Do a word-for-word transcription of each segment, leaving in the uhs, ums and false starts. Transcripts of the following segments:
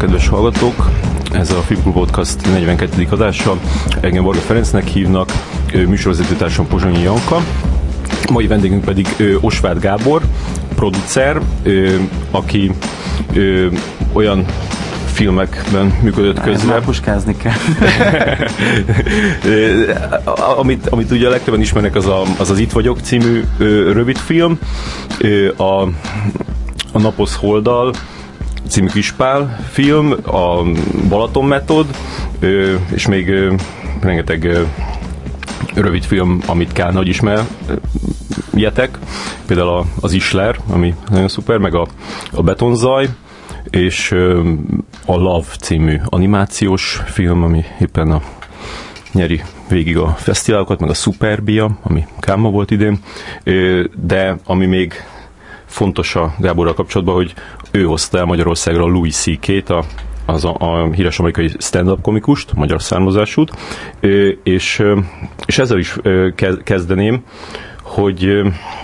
kedves hallgatók! Ez a Filmklub Podcast negyvenkettedik adása. Engem Varga Ferencnek hívnak, műsorvezetőtársam Pozsonyi Janka. Mai vendégünk pedig Osváth Gábor, producer, aki olyan filmekben működött közre. Már puskázni kell. amit, amit ugye a legtöbben ismernek, az a, az, az Itt vagyok című rövidfilm. A, a Naposz Holddal című Kispál film, a Balaton Metód, és még rengeteg rövid film, amit kell nagy ismerjetek. Például az Isler, ami nagyon szuper, meg a, a Betonzaj, és a Love című animációs film, ami éppen a nyeri végig a fesztiválokat, meg a Superbia, ami Káma volt idén, de ami még fontos a Gáborral kapcsolatban, hogy ő hozta el Magyarországra a Louis C K-t, a, az a, a híres amerikai stand-up komikust, magyar származásút, és, és ezzel is kezdeném, hogy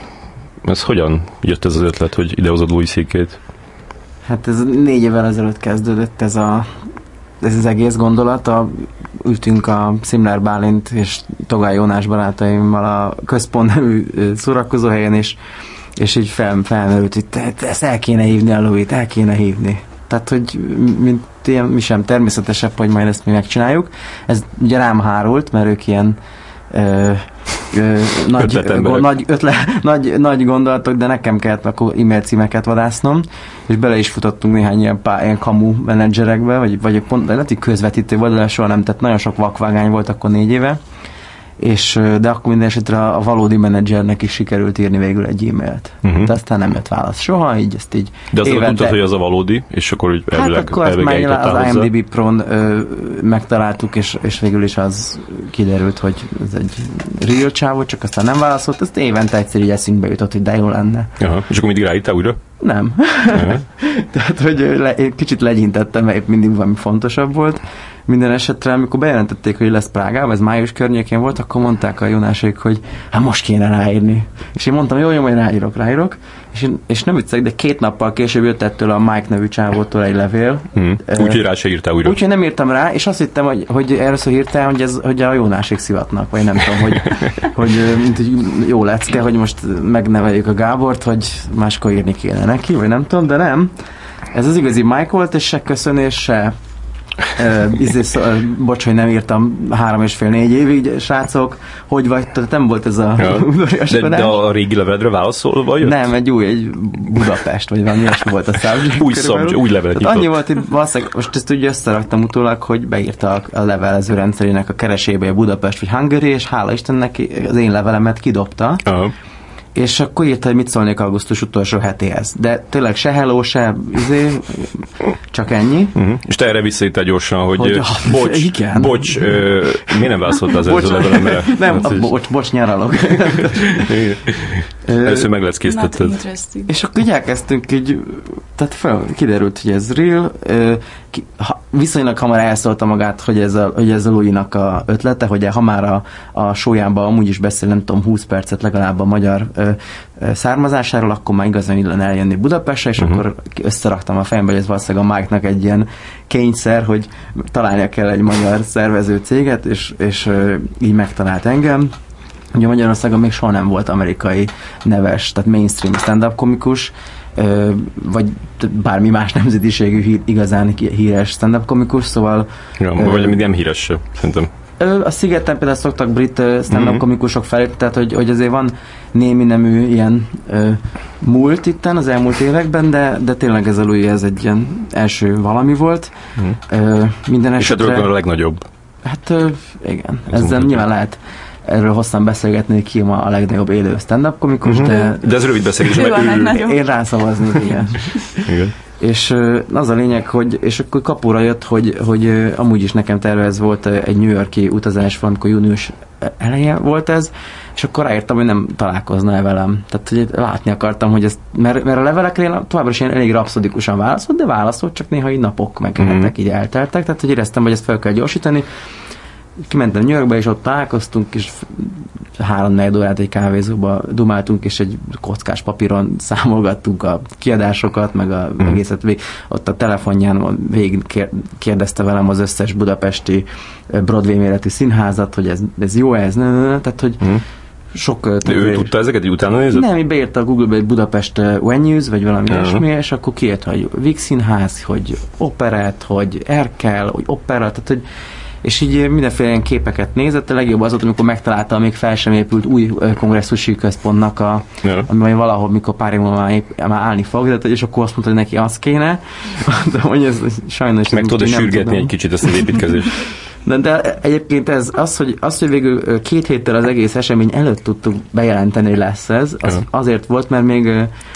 ez hogyan jött ez az ötlet, hogy idehozod Louis C K-t? Hát ez négy évvel ezelőtt kezdődött ez, a, ez az egész gondolat. A, ültünk a Szimler Bálint és Togály Jónás barátaimmal a Központ nevű szórakozóhelyen, és, és így fel, felmerült, hogy te, te ezt el kéne hívni a Louis-t, el kéne hívni. Tehát, hogy mint ilyen, mi sem természetesebb, hogy majd ezt mi megcsináljuk. Ez ugye rám hárult, mert ők ilyen ö, ö, nagy, go, nagy, ötle, nagy, nagy gondolatok, de nekem kellett akkor e-mail címeket vadásznom, és bele is futottunk néhány ilyen, pá, ilyen kamu menedzserekbe, vagy, vagy pont lehet, hogy közvetítő volt, de soha nem, tehát nagyon sok vakvágány volt akkor négy éve, és, de akkor minden esetre a, a valódi menedzsernek is sikerült írni végül egy e-mailt. Uh-huh. De aztán nem jött válasz soha, így ezt így de azt évente... tudtad, hogy az a valódi, és akkor úgy elvileg hát akkor ezt már az I M D B Pro-n ö, megtaláltuk, és, és végül is az kiderült, hogy ez egy real csávó, csak aztán nem válaszolt, ezt évente egyszer így eszünkbe jutott, hogy de jó lenne. Aha. És akkor mindig ráírtál újra? Nem. Uh-huh. Tehát, hogy le, kicsit legyintettem, mert mindig valami fontosabb volt. Minden esetre, amikor bejelentették, hogy lesz Prágában, ez május környékén volt, akkor mondták a Jónásék, hogy hát most kéne ráírni. És én mondtam, jó, jó, majd ráírok, ráírok. És, én, és nem viccelek, de két nappal később jött ettől a Mike nevű csávótól egy levél. Hmm. Úgyhogy rá se írtál újra. Úgyhogy nem írtam rá, és azt hittem, hogy, hogy először írtál, hogy, ez, hogy a Jónásék szivatnak, vagy nem tudom, hogy, hogy, mint, hogy jó lecke, hogy most megneveljük a Gábort, hogy máskor írni kéne neki, vagy nem tudom, de nem. Ez az igazi Mike volt, és se köszönés, se Uh, izé, szó, uh, bocs, hogy nem írtam három és fél, négy évig, srácok, hogy vagy, tehát nem volt ez a ja. de, de a régi leveledre válaszolva jött? Nem, egy új, egy Budapest, vagy valami ilyesmi volt a subject. Új subject, új levelet nyitott. Annyi volt, hogy valószínűleg, most ezt úgy összeraktam utólag, hogy beírta a levelező rendszerének a keresébe a Budapest vagy Hungary, és hála Istennek az én levelemet kidobta. Uh-huh. És akkor írta, hogy mit szólnék augusztus utolsó hetéhez. De tényleg se hello, se izé, csak ennyi. Uh-huh. És te erre visszaírtál gyorsan, hogy, hogy uh, bocs, igen. bocs, uh, miért nem válaszoltál az előző levelemre? Nem, hát, bocs, bocs, nyaralok. Először megleckéztetted. És akkor így elkezdtünk így, tehát fel, kiderült, hogy ez real. Ki, ha, viszonylag hamar elszólta magát, hogy ez a, hogy ez a Louis-nak a ötlete, hogy ha már a, a show-jában amúgy is beszél, nem tudom, húsz percet legalább a magyar ö, ö, származásáról, akkor már igazán illene eljönni Budapestre, és uh-huh. akkor összeraktam a fejembe, hogy ez valószínűleg a Mike-nak egy ilyen kényszer, hogy találnia kell egy magyar szervező céget, és, és ö, így megtalált engem. Ugye Magyarországon még soha nem volt amerikai neves, tehát mainstream stand-up komikus, ö, vagy bármi más nemzetiségű hí, igazán híres stand-up komikus, szóval... Ja, ö, vagy nem híres se, szerintem. Ö, a Szigeten például szoktak brit stand-up mm-hmm. komikusok felé, tehát hogy, hogy azért van némi nemű ilyen ö, múlt itten az elmúlt években, de, de tényleg ez a Louis, ez egy ilyen első valami volt. Mm. Ö, minden esetre... És hát a legnagyobb. Hát ö, igen, ez ezzel nyilván lehet erről hosszan beszélgetni, ki ma a legnagyobb élő stand-up komikus, mm-hmm. de... De ez rövid beszélés, mert ő... Én rászavaznék, igen. igen. És az a lényeg, hogy és akkor kapóra jött, hogy, hogy amúgy is nekem tervez volt egy New York-i utazás, amikor június eleje volt ez, és akkor ráírtam, hogy nem találkozna velem. Tehát, hogy látni akartam, hogy ez, mert, mert a levelekre én továbbra is elég rapszodikusan válaszolt, de válaszolt, csak néha így napok meg hetek mm. így elteltek, tehát, hogy éreztem, hogy ezt fel kell gyorsítani. kimentem New Yorkba, és ott találkoztunk, és három-négy órát egy kávézóba dumáltunk, és egy kockás papíron számolgattunk a kiadásokat, meg a mm. egészet vég. Ott a telefonján végig kérdezte velem az összes budapesti Broadway méretű színházat, hogy ez, ez jó ez, ne, ne, ne, tehát hogy mm. sok... De ő tudta ezeket, így utána nézett? Nem, így beírta a Google-be egy Budapest venues, vagy valami ilyesmi, uh-huh. és akkor kiírta, hogy Víg Színház, hogy operett, hogy Erkel, hogy opera, tehát hogy és így mindenféle ilyen képeket nézett, a legjobb az volt, amikor megtalálta a még fel sem épült új kongresszusi központnak, a, ja. ami valahol, mikor pár év múlva már, már állni fog, de, és akkor azt mondta, hogy neki az kéne, de hogy ez sajnos... Meg tudod sürgetni egy kicsit ezt az építkezést. De, de egyébként ez az, hogy, az, hogy végül két héttel az egész esemény előtt tudtuk bejelenteni, hogy lesz ez, az ja. azért volt, mert még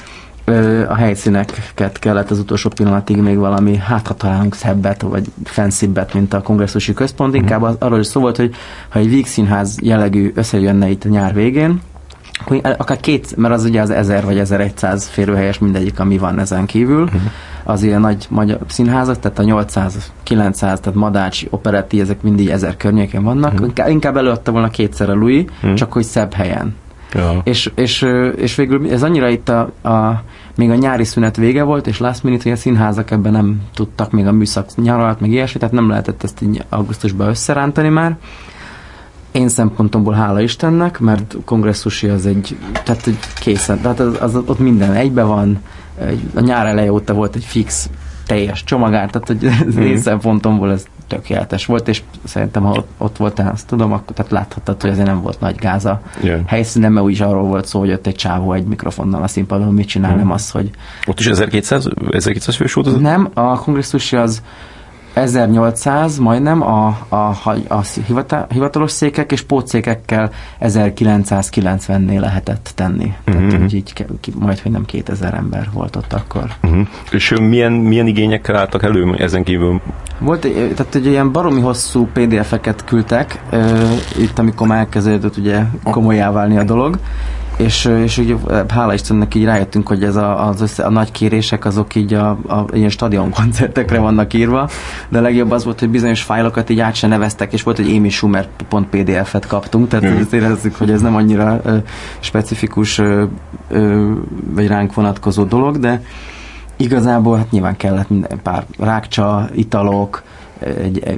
a helyszíneket kellett az utolsó pillanatig még valami, hát ha találunk szebbet, vagy fancybbet, mint a kongresszusi központ. Mm-hmm. Inkább arról is szó volt, hogy ha egy Víg Színház jellegű összejönne itt a nyár végén, akkor akár két, mert az ugye az ezer vagy ezerszáz férőhelyes mindegyik, ami van ezen kívül, mm-hmm. az ilyen nagy magyar színházak, tehát a nyolcszáz, kilencszáz, tehát Madácsi, Operetti, ezek mindig ezer környéken vannak. Mm-hmm. Inkább előadta volna kétszer a Louis, mm-hmm. csak hogy szebb helyen. Ja. És, és, és végül ez annyira itt a, a még a nyári szünet vége volt, és last minute, hogy a színházak ebben nem tudtak, még a műszak nyaralt, meg ilyesmi, tehát nem lehetett ezt így augusztusban összerántani már. Én szempontomból hála Istennek, mert kongresszusi az egy, tehát egy készen, tehát az, az, ott minden egybe van, egy, a nyár eleje óta volt egy fix, teljes csomagár, tehát hogy az mm. én szempontomból ez tökéletes volt, és szerintem, ha ott, ott voltál, azt tudom, akkor tehát láthattad, hogy azért nem volt nagy gáz a yeah. helyszínen, mert úgyis arról volt szó, hogy ott egy csávó egy mikrofonnal a színpadon mit csinál, mm. nem az, hogy... Ott is ezerkétszáz, ezerkétszáz fős volt az? Nem, a kongresszusi az ezernyolcszáz, majdnem, a, a, a, a hivatalos székek és pótszékekkel ezerkilencszázkilencvennél lehetett tenni. Mm-hmm. Tehát úgy így majd, hogy nem kétezer ember volt ott akkor. Mm-hmm. És milyen, milyen igényekkel álltak elő ezen kívül? Volt, tehát ugye ilyen baromi hosszú pé dé ef-eket küldtek, uh, itt amikor már elkezdődött ugye komolyá válni a dolog, és, és ugye hála Istennek így rájöttünk, hogy ez a, az össze, a nagy kérések azok így a, a ilyen stadionkoncertekre vannak írva, de a legjobb az volt, hogy bizonyos fájlokat így át se neveztek, és volt, hogy amy schumer pont pé dé ef-et kaptunk, tehát mm. ezt érezzük, hogy ez nem annyira ö, specifikus ö, ö, vagy ránk vonatkozó dolog, de igazából hát nyilván kellett minden pár rákcsa, italok, egy, egy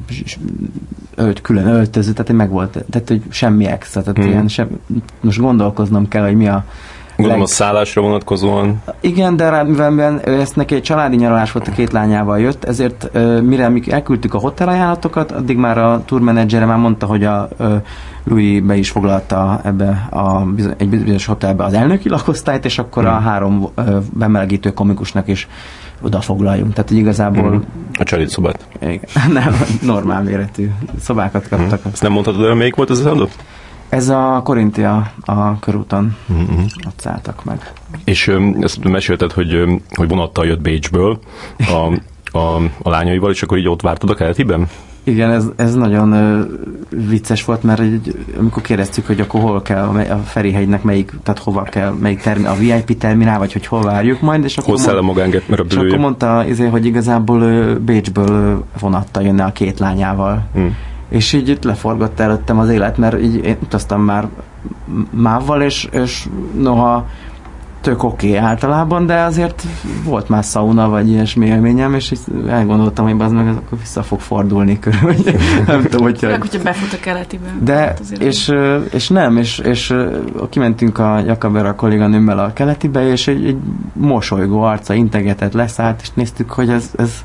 ölt, külön öltöző, tehát meg volt, tehát hogy semmi extra, tehát hmm. ilyen sem, most gondolkoznom kell, hogy mi a Gondolom leg... a szállásra vonatkozóan. Igen, de rá, mivel ezt neki egy családi nyaralás volt, a két lányával jött, ezért mire mi elküldtük a hotelajánlatokat, addig már a tourmenedzsere már mondta, hogy a Louis be is foglalta ebbe a, egy bizonyos hotelbe az elnöki lakosztályt, és akkor hmm. a három bemelegítő komikusnak is oda foglaljunk. Tehát, hogy igazából... Mm. A család szobát? Igen. Nem, normál méretű szobákat kaptak. Mm. Ezt nem mondhatod, hogy melyik volt ez az adó? Ez a Korintia a körúton. Mm-hmm. Ott szálltak meg. És um, ezt mesélted, hogy, um, hogy vonattal jött Bécsből a, a, a lányaival, és akkor így ott vártad a Keletiben? Igen, ez, ez nagyon uh, vicces volt, mert egy, amikor kérdeztük, hogy akkor hol kell a Ferihegynek melyik, tehát hova kell, melyik termi, a vé i pé terminál, vagy hogy hol várjuk majd, és akkor, hol mond, a magánget, mert a és akkor mondta, azért, hogy igazából uh, Bécsből uh, vonattal jönne a két lányával. Hmm. És így itt leforgott előttem az élet, mert így én utaztam már mávval, és, és noha tök oké okay általában, de azért volt már szauna, vagy ilyesmi élményem, és elgondoltam, hogy az meg akkor vissza fog fordulni körül. Nem tudom, hogyha... Meg, hogyha befut a Keletiben. De, és, és nem, és, és kimentünk a Jakaber a kolléganőmmel a Keletibe, és egy, egy mosolygó arca integetett, leszállt, és néztük, hogy ez, ez,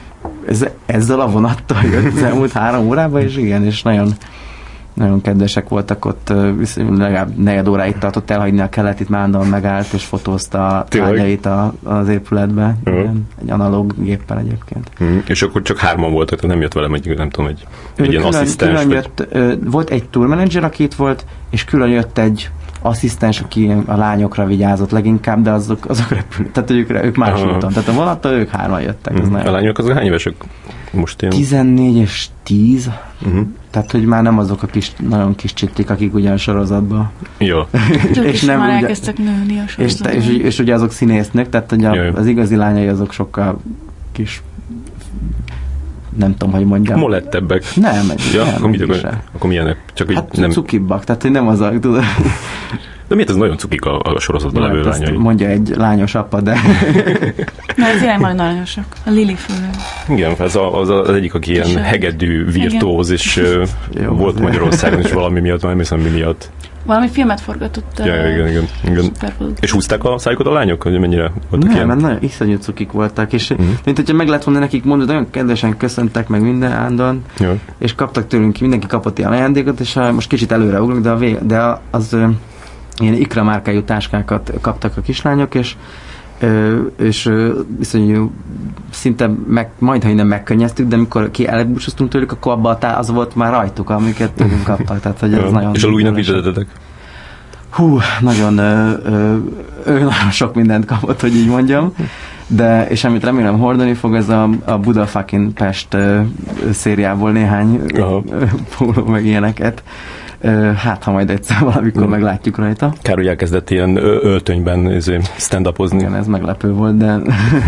ez ezzel a vonattal jött az elmúlt három órában, és igen, és nagyon nagyon kedvesek voltak ott, legalább negyed óráig tartott elhagyni a Keletit, már állandóan megállt, és fotózta a tárgyait az épületbe. Uh-huh. Egy analóg géppel egyébként. Uh-huh. És akkor csak hárman voltak, tehát nem jött velem egy, nem tudom, egy, egy ilyen asszisztens. Külön jött, vagy... Volt egy tourmanager, aki itt volt, és külön jött egy asszisztens, aki a lányokra vigyázott leginkább, de azok, azok repülő, tehát ők, ők más uh-huh. úton. Tehát a vonattal ők hárman jöttek. Uh-huh. A lányok azok hány évesek? Most én... tizennégy és tíz. Uh-huh. Tehát, hogy már nem azok a kis, nagyon kis csittik, akik ugyan sorozatban. Jó. és nem már elkezdtek nőni a sorozatban. És, és, és, és ugye azok színésznők, tehát hogy a, az igazi lányai azok sokkal kis nem tudom, hogy mondjam. Molettebbek. Nem, ja, nem, akkor, mit, akkor milyenek? Csak hát nem... cukibbak, tehát hogy nem az a... Tudod. De miért ez nagyon cukik a, a sorozatban levő hát lányai? Mondja egy lányos apa, de... Na, ez ilyen majd lányosak. A Lili főleg. Igen, ez az, az egyik, aki ilyen hegedű virtuóz, és jó, volt Magyarországon is valami miatt, már nem hiszem mi miatt. Valami filmet forgatott. Ja, igen, igen. igen. És húzták a szájukat a lányok, hogy mennyire voltak nem, ilyen? mert nagyon iszonyú cukik voltak, és uh-huh. mint hogyha meg lehet volna nekik mondani, nagyon kedvesen köszöntek meg minden ándon, ja. és kaptak tőlünk, mindenki kapott ilyen ajándékot, és most kicsit előre ugrunk, de, a vég, de az ö, ilyen ikra márkájú táskákat kaptak a kislányok, és Ö, és ö, viszonyú szinte meg, majdha innen megkönnyeztük, de amikor ki elbúcsúztunk tőlük, akkor abban az volt már rajtuk, amiket tőlünk kaptak. Tehát, hogy ez ja. nagyon és a Louis-nak mit tettetek? Hú, nagyon ö, ö, ő nagyon sok mindent kapott, hogy így mondjam, de, és amit remélem hordani fog, ez a, a Buda fucking Pest ö, szériából néhány póló meg ilyeneket. Hát, ha majd egyszer valamikor mm. meglátjuk rajta. Kár, hogy elkezdett ilyen öltönyben stand-upozni. Igen, ez meglepő volt, de...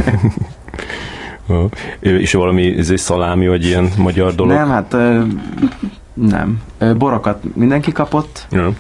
És valami szalámi, vagy ilyen magyar dolog? Nem, hát nem. Borokat mindenki kapott, ja.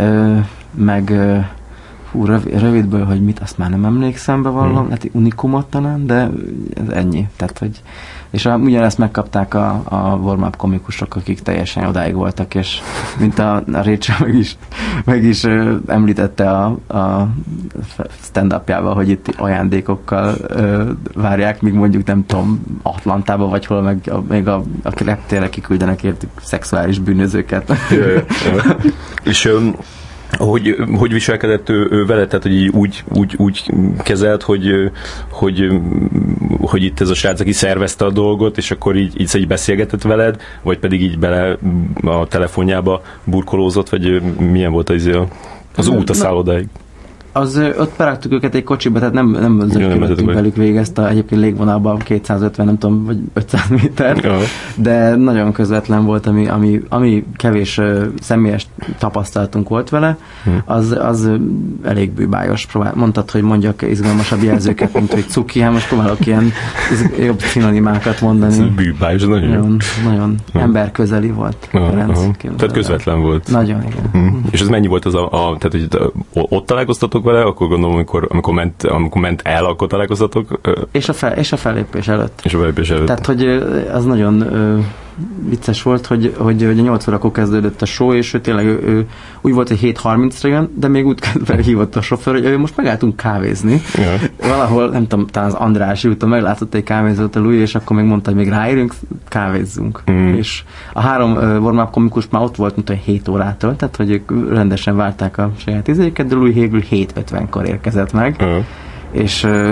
meg hú, rövidből, hogy mit, azt már nem emlékszem be valami, mm. hát unikumot talán, de ez ennyi. Tehát, hogy és a, ugyanezt megkapták a, a warm-up komikusok, akik teljesen odáig voltak, és mint a, a Rachel meg is, meg is ö, említette a, a stand-upjával, hogy itt ajándékokkal ö, várják, míg mondjuk nem tudom, Atlantába vagy hol, meg a, még a, a reptérre kiküldenek értük szexuális bűnözőket. Jö, jö. És um, Hogy, hogy viselkedett ő, ő vele, tehát hogy így úgy, úgy, úgy kezelt, hogy, hogy, hogy itt ez a srác, aki szervezte a dolgot, és akkor így, így, így beszélgetett veled, vagy pedig így bele a telefonjába burkolózott, vagy milyen volt az, az út a szállodáig? Az, ott beraktuk őket egy kocsiba, tehát nem, nem zökkönöttünk velük végig ezt a egyébként légvonalban kétszázötven, nem tudom, vagy ötszáz méter, ja. de nagyon közvetlen volt, ami, ami, ami kevés uh, személyes tapasztalatunk volt vele, hm. az, az elég bűbájos. Próbál, mondtad, hogy mondjak izgalmasabb jelzőket, mint hogy cuki, hát most próbálok ilyen jobb szinonimákat mondani. Ez bűbájos, nagyon Nagyon, nagyon ja. emberközeli volt. Ja, tehát közvetlen volt. Nagyon, igen. Hm. És ez mennyi volt az a, a tehát, hogy ott találkoztatok vele, akkor gondolom, amikor, amikor, ment, amikor ment el, akkor találkoztatok? És a, fel, és a fellépés előtt. És a fellépés előtt. Tehát, hogy az nagyon ö, vicces volt, hogy, hogy, hogy a nyolc órakor kezdődött a show, és ő tényleg ő, ő, úgy volt, hogy hét harmincra jön, de még úgy hívott a sofőr, hogy ő most megálltunk kávézni. Ja. Valahol, nem tudom, talán az Andrássy úton meglátott egy kávézót a Louis, és akkor még mondta, hogy még ráérünk, kávézzunk. Mm. És a három uh, warm-up komikus már ott volt, mint hogy hét órától, tehát hogy ők rendesen várták a saját izéket, de Louis végül hét ötvenkor érkezett meg. Uh. És uh,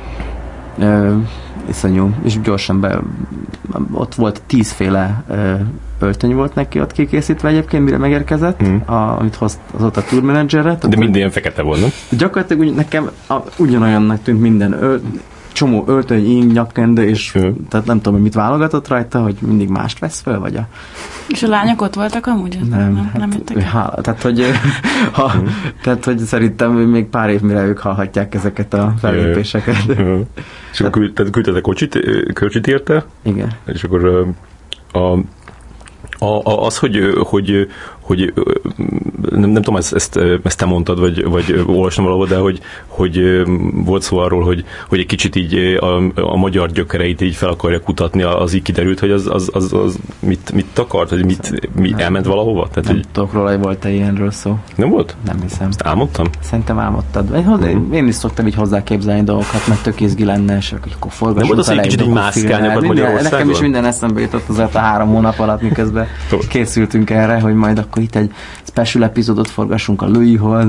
uh, iszonyú, és gyorsan be, ott volt tízféle uh, öltöny volt neki ott kikészítve egyébként, mire megérkezett, mm. a, amit hozt az ott a tourmenedzserre. De minden ilyen fekete volt, nem? Gyakorlatilag úgy, nekem a, ugyanolyannak tűnt minden öl, csomó öltöny, ing, nyakkendő, és mm. tehát nem tudom, hogy mit válogatott rajta, hogy mindig mást vesz fel, vagy a... És a lányok ott voltak amúgy? Nem, nem, hát, nem jöttek hála, tehát, hogy, ha, mm. tehát, hogy szerintem még pár év mire ők hallhatják ezeket a fellépéseket. Mm. És akkor küldted a kocsit, kocsit érte? Igen. És akkor a, a A, a, az, hogy, hogy, hogy nem, nem tudom, ezt, ezt, ezt te mondtad, vagy, vagy olvastam valahol, de hogy, hogy volt szó arról, hogy, hogy egy kicsit így a, a magyar gyökereit így fel akarja kutatni, az így kiderült, hogy az, az, az, az mit, mit akart, hogy mit, mit elment valahova? Tehát, nem hogy... tudok róla, hogy volt-e ilyenről szó. Nem volt? Nem hiszem. Ezt álmodtam? Szerintem álmodtad. Uh-huh. Én is szoktam így hozzá képzelni dolgokat, mert tök izgi lenne, és akkor forgassunk. Nem volt az, hogy kicsit így mászkálni Magyarországon? Nekem is minden eszembe jutott az a három hónap alatt, miközben készültünk erre, hogy majd akkor itt egy special epizódot forgassunk a Louis-hoz,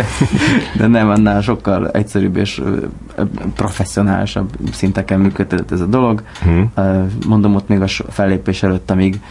de nem, annál sokkal egyszerűbb és professzionálisabb szinteken működött ez a dolog. Hmm. Mondom, ott még a fellépés előtt, amíg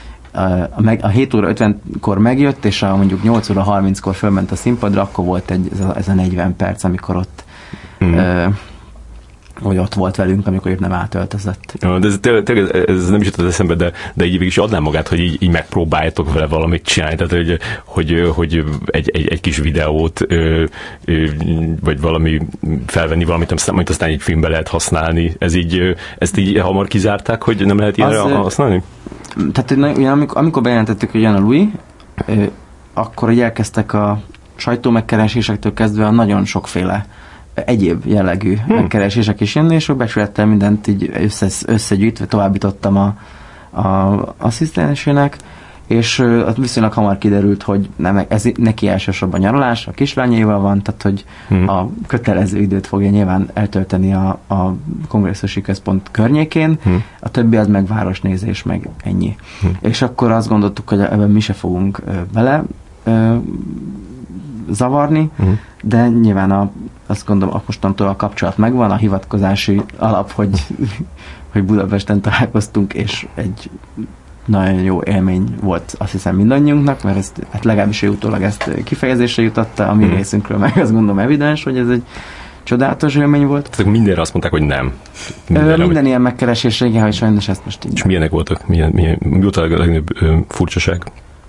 a hét óra ötvenkor megjött, és a mondjuk nyolc óra harminckor fölment a színpadra, akkor volt egy, ez, a, ez a negyven perc, amikor ott hmm. hogy ott volt velünk, amikor épp nem átöltözött. Ja, de ez, tényleg, ez nem is jutott az eszembe, de, de így végig is adnám magát, hogy így, így megpróbáljátok vele valamit csinálni, tehát hogy, hogy, hogy egy, egy, egy kis videót, vagy valami felvenni valamit, amit aztán egy filmbe lehet használni. Ez így, ezt így hamar kizárták, hogy nem lehet ilyenre az, használni? Tehát amikor, amikor bejelentettük, hogy jön a Louis, akkor így elkezdtek a sajtó megkeresésektől kezdve a nagyon sokféle egyéb jellegű hmm. megkeresések is jönni, és becsülettel mindent így össze, összegyűjtve továbbítottam a, a asszisztensének, és uh, viszonylag hamar kiderült, hogy nem, ez neki elsősorban nyaralás, a kislányaival van, tehát hogy hmm. a kötelező időt fogja nyilván eltölteni a, a kongresszusi központ környékén, hmm. a többi az meg városnézés, meg ennyi. Hmm. És akkor azt gondoltuk, hogy ebben mi se fogunk uh, vele uh, zavarni, uh-huh. de nyilván a, azt gondolom, mostantól a kapcsolat megvan, a hivatkozási alap, hogy, hogy Budapesten találkoztunk, és egy nagyon jó élmény volt, azt hiszem mindannyiunknak, mert ezt, hát legalábbis ő utólag ezt kifejezésre jutotta, a mi uh-huh. részünkről meg azt gondolom evidens, hogy ez egy csodálatos élmény volt. Tehát mindenre azt mondták, hogy nem. Mindenre, minden hogy... ilyen megkeresésre, igen, hogy sajnos ezt most így. És milyenek voltak? Milyen, milyen, mi volt a legnagyobb furcsaság?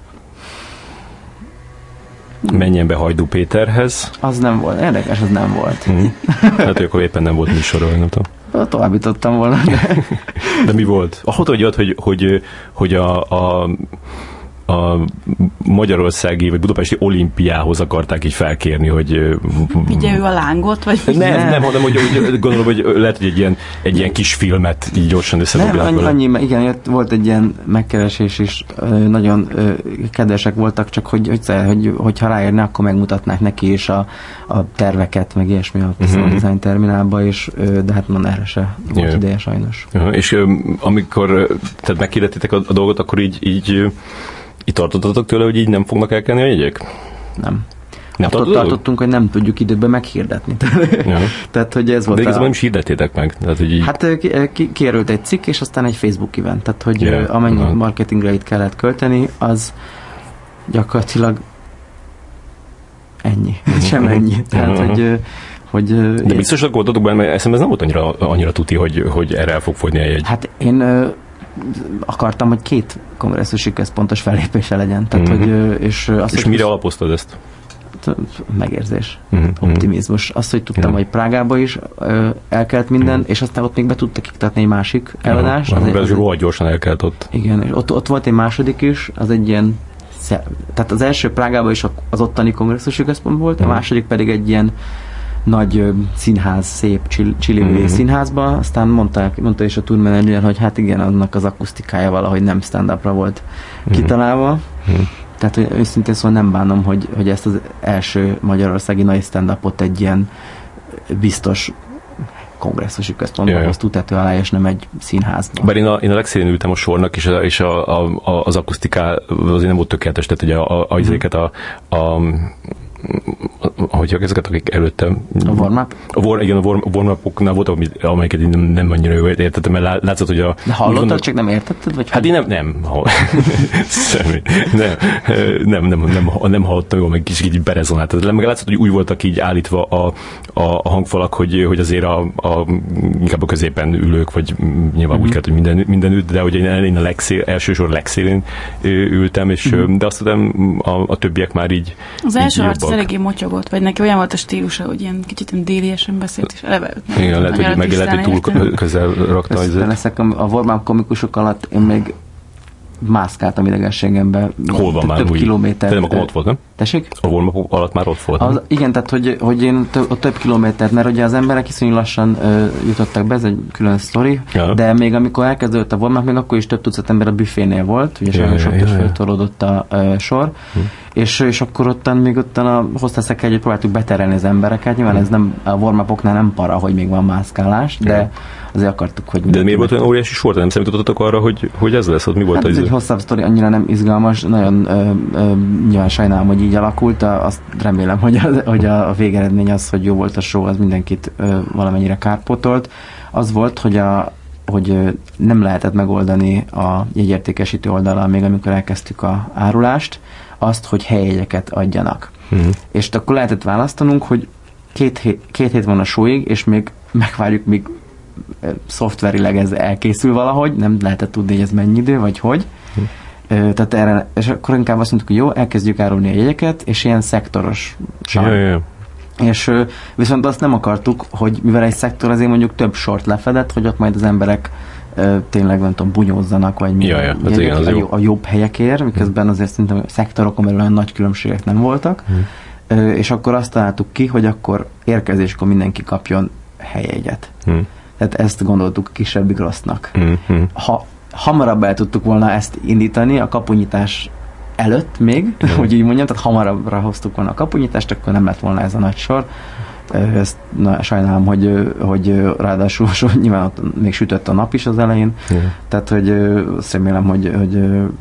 Menjen be Hajdú Péterhez. Az nem volt, érdekes, az nem volt. Mm. Hát, hogy akkor éppen nem volt műsorról, nem tudom. Továbbítottam volna. De, de mi volt? A hogy jött, hogy, hogy, hogy a, a, a magyarországi vagy budapesti olimpiához akarták így felkérni, hogy... Vigye ő a lángot, vagy... Nem, nem, nem hanem, hogy, hogy gondolom, hogy lehet, hogy egy ilyen, egy ilyen kis filmet így gyorsan összedoblák. Nem, annyi, annyi, igen, volt egy ilyen megkeresés is, nagyon kedvesek voltak, csak hogy, hogy, hogy hogyha ráérne, akkor megmutatnák neki is a, a terveket, meg ilyesmi a uh-huh. design terminálba, és, de hát man erre se volt yeah. ideje sajnos. Uh-huh. És amikor tehát megkérdettétek a, a dolgot, akkor így, így Itt tartottatok tőle, hogy így nem fognak elkelni a jegyek? Nem. Nem Attól tartottunk, hogy nem tudjuk időben meghirdetni. Ja. Tehát, hogy ez volt. De igazából nem is hirdettétek meg. Tehát, hogy így... Hát ki, kiérült egy cikk, és aztán egy Facebook event. Tehát, hogy yeah. amennyi uh-huh. marketingre itt kellett költeni, az gyakorlatilag ennyi. Sem ennyi. Tehát, uh-huh. hogy... hogy de biztosak voltatok benne, mert eszembe ez nem volt annyira, annyira tuti, hogy, hogy erre el fog fogyni a jegy. Hát én... akartam, hogy két kongresszusi központos fellépése legyen. Tehát, mm-hmm. hogy, és azt, és mire alapoztad ezt? Megérzés, mm-hmm. optimizmus. Azt, hogy tudtam, yeah. hogy Prágába is ö, elkelt minden, mm-hmm. és aztán ott még be tudtak iktatni egy másik eladást. Uh-huh. Az, az, az rohadt gyorsan elkelt ott. Igen, és ott, ott volt egy második is, az egy ilyen, tehát az első Prágában is az ottani kongresszusi központ volt, mm-hmm. a második pedig egy ilyen nagy ö, színház, szép Csili mm-hmm. színházba, aztán mondta, mondta is a tourmanager, hogy hát igen, annak az akusztikája valahogy nem stand-upra volt mm-hmm. kitalálva. Mm-hmm. Tehát, hogy őszintén szóval nem bánom, hogy, hogy ezt az első magyarországi nagy stand-upot egy ilyen biztos kongresszusi központban hoztuk tető alá, és nem egy színházban. Bár én a, én a legszélén ültem a sornak, és, a, és a, a, a, az akusztiká azért nem volt tökéletes, tehát ugye a, a, a, a, a, a ahogy ezeket, akik előttem... A warm-up? A war, igen, a warm-upoknál volt, amelyiket nem, nem annyira jó értettem, mert látszott, hogy a... De hallottad, gondol... csak nem értetted? Vagy hát én nem, nem. Semmi. Nem, nem, nem, nem, nem hallottam jól, meg kicsit így berezonált. Meg látszott, hogy úgy voltak így állítva a, a, a hangfalak, hogy, hogy azért a, a, inkább a középen ülők, vagy nyilván uh-huh. úgy kellett, hogy minden, minden ült, de hogy én, én a legszél, elsősor legszélén ültem, és, uh-huh. de azt tudom, a, a többiek már így... Az első arc eléggé motyogott, vagy neki olyan volt a stílusa, hogy ilyen kicsit déliesen beszélt, és eleve igen, lehet, hogy meg lehet, hogy túl közel rakta. Leszek a warm-up komikusok alatt, én még mászkáltam idegességembe. Hol van már több úgy? kilométer. De nem, akkor ott volt, nem? Tessék? A warm-up alatt már ott volt. Az, igen, tehát hogy, hogy én ott több kilométert, mert ugye az emberek iszonyú lassan ö, jutottak be, ez egy külön sztori, ja. de még amikor elkezdődött a warm-up, még akkor is több tucat ember a büfénél volt, ugye sajnos ott is föltolódott a ö, sor, hm. és, és akkor ottan még ottan a hoztaszek együtt próbáltuk beterelni az embereket, nyilván hm. ez nem, a warm-upoknál nem para, hogy még van mászkálás, de ja. azért akartuk, hogy... De miért volt olyan óriási sor? Nem számítottatok arra, hogy, hogy ez lesz? Ott mi volt hát az? Ez egy hosszabb sztori, annyira nem izgalmas, nagyon ö, ö, nyilván sajnálom, hogy így alakult, azt remélem, hogy a, hogy a végeredmény az, hogy jó volt a show, az mindenkit ö, valamennyire kárpótolt. Az volt, hogy, a, hogy ö, nem lehetett megoldani a jegyértékesítő oldalal, még amikor elkezdtük a árulást, azt, hogy helyjegyeket adjanak. Uh-huh. És akkor lehetett választanunk, hogy két hét, két hét van a showig, és még megvárjuk, míg szoftverileg ez elkészül valahogy, nem lehetett tudni, hogy ez mennyi idő, vagy hogy. Hm. Tehát erre, és akkor inkább azt mondtuk, hogy jó, elkezdjük árulni a jegyeket, és ilyen szektoros. Ja, ja, ja. És viszont azt nem akartuk, hogy mivel egy szektor azért mondjuk több sort lefedett, hogy ott majd az emberek tényleg, nem tudom, bunyózzanak, vagy mi, ja, ja, az igen, az a, jó. a jobb helyekért, miközben azért szerintem a szektorokon belül olyan nagy különbségek nem voltak, hmm. és akkor azt találtuk ki, hogy akkor érkezéskor mindenki kapjon helyjegyet. Hmm. Tehát ezt gondoltuk kisebbik rossznak. Hmm. Ha hamarabb el tudtuk volna ezt indítani, a kapunyítás előtt még, hmm. hogy így mondjam, tehát hamarabbra hoztuk volna a kapunyítást, akkor nem lett volna ez a nagy sor. Ezt na, sajnálom, hogy, hogy ráadásul nyilván ott még sütött a nap is az elején, yeah. Tehát, hogy azt remélem, hogy, hogy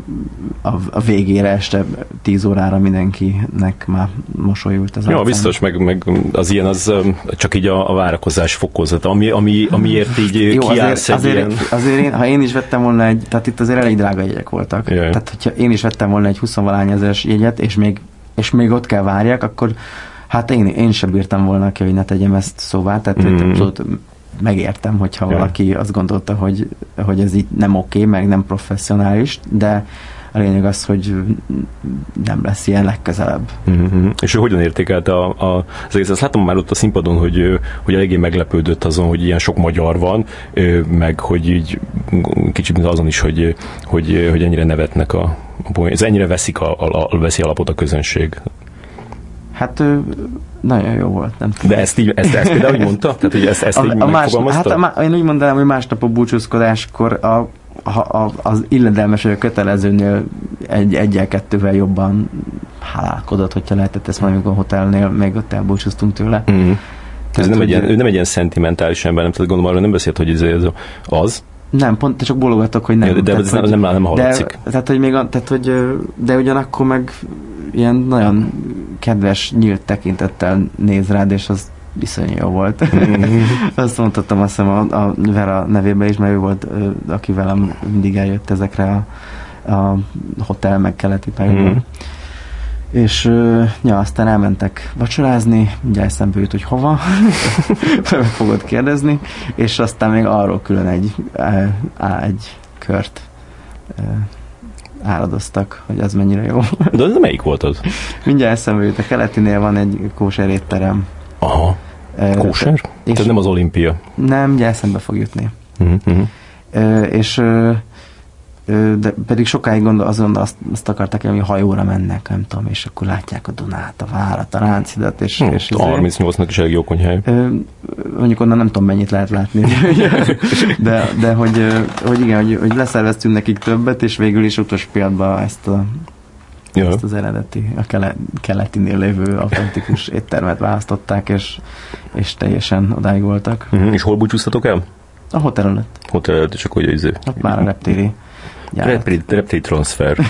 a, a végére este tíz órára mindenkinek már mosolyult ez. Ja, biztos, meg, meg az ilyen, az csak így a, a várakozás fokozata, ami, ami, amiért így jó, kiállsz azért, egy azért, ilyen... azért én, ha én is vettem volna egy, tehát itt azért elég drága jegyek voltak. Yeah. Tehát, hogyha én is vettem volna egy huszonvalány ezeres jegyet, és még, és még ott kell várjak, akkor hát én, én sem bírtam volna ki, hogy ne tegyem ezt szóvá, tehát mm-hmm. abszolút megértem, hogyha yeah. valaki azt gondolta, hogy, hogy ez így nem oké, meg nem professzionális, de a lényeg az, hogy nem lesz ilyen legközelebb. Mm-hmm. És ő hogyan értékelte a, a, az egész? Azt látom már ott a színpadon, hogy, hogy eléggé meglepődött azon, hogy ilyen sok magyar van, meg hogy így kicsit azon is, hogy, hogy, hogy ennyire nevetnek a, a ez ennyire veszik a, a, a, veszi alapot a közönség. Hát nagyon jó volt, nem tudom. De ezt így, ezt, ezt például úgy mondta? Tehát, hogy ezt, ezt a, így a más, megfogalmazta? Hát a, én úgy mondanám, hogy másnap a búcsúzkodáskor a, a, a, az illedelmes vagy a kötelezőnél egy, egyel-kettővel jobban hálálkodott, hogyha lehetett ezt valamikor a hotelnél, még ott elbúcsúztunk tőle. Mm. Ez nem egy, ilyen, nem egy ilyen szentimentális ember, nem tehát gondolom, arra nem beszélt, hogy ez az. Nem, pont csak bólogatok, hogy nem. Ja, de tehát, ez hogy, nem, nem, nem hallatszik. De, tehát, hogy még a, tehát, hogy, de ugyanakkor meg ilyen nagyon kedves, nyílt tekintettel néz rád, és az viszonyú jó volt. Mm-hmm. Azt mondhattam azt hiszem a, a Vera nevében is, mert ő volt, aki velem mindig eljött ezekre a, a hotel meg keleti pályából. Mm-hmm. És ja, aztán elmentek vacsorázni, ugye eszembe jut, hogy hova, meg fogod kérdezni, és aztán még arról külön egy, egy kört áradoztak, hogy az mennyire jó. De ez melyik volt az? Mindjárt eszembe jut, a keletinél van egy kóser étterem. Aha, kóser? Tehát nem az Olimpia? Nem, ugye eszembe fog jutni. Uh-huh. E, és de pedig sokáig gondol, azon azt, azt akarták, hogy hajóra mennek, nem tudom, és akkor látják a Dunát, a várat, a Ráncidat, és... Hmm, és harmincnyolcnak is elég jó konyhely. Mondjuk onnan nem tudom, mennyit lehet látni. de, de hogy, hogy igen, hogy, hogy leszerveztünk nekik többet, és végül is utolsó pillanatban ezt, a, ja. ezt az eredeti, a kele, keletinél lévő autentikus éttermet választották, és, és teljesen odáig voltak. Hmm, és hol búcsúztatok el? A hotel előtt. Hotel előtt, és akkor izé. Ott már a reptéri. Reptéri, reptéri transfer.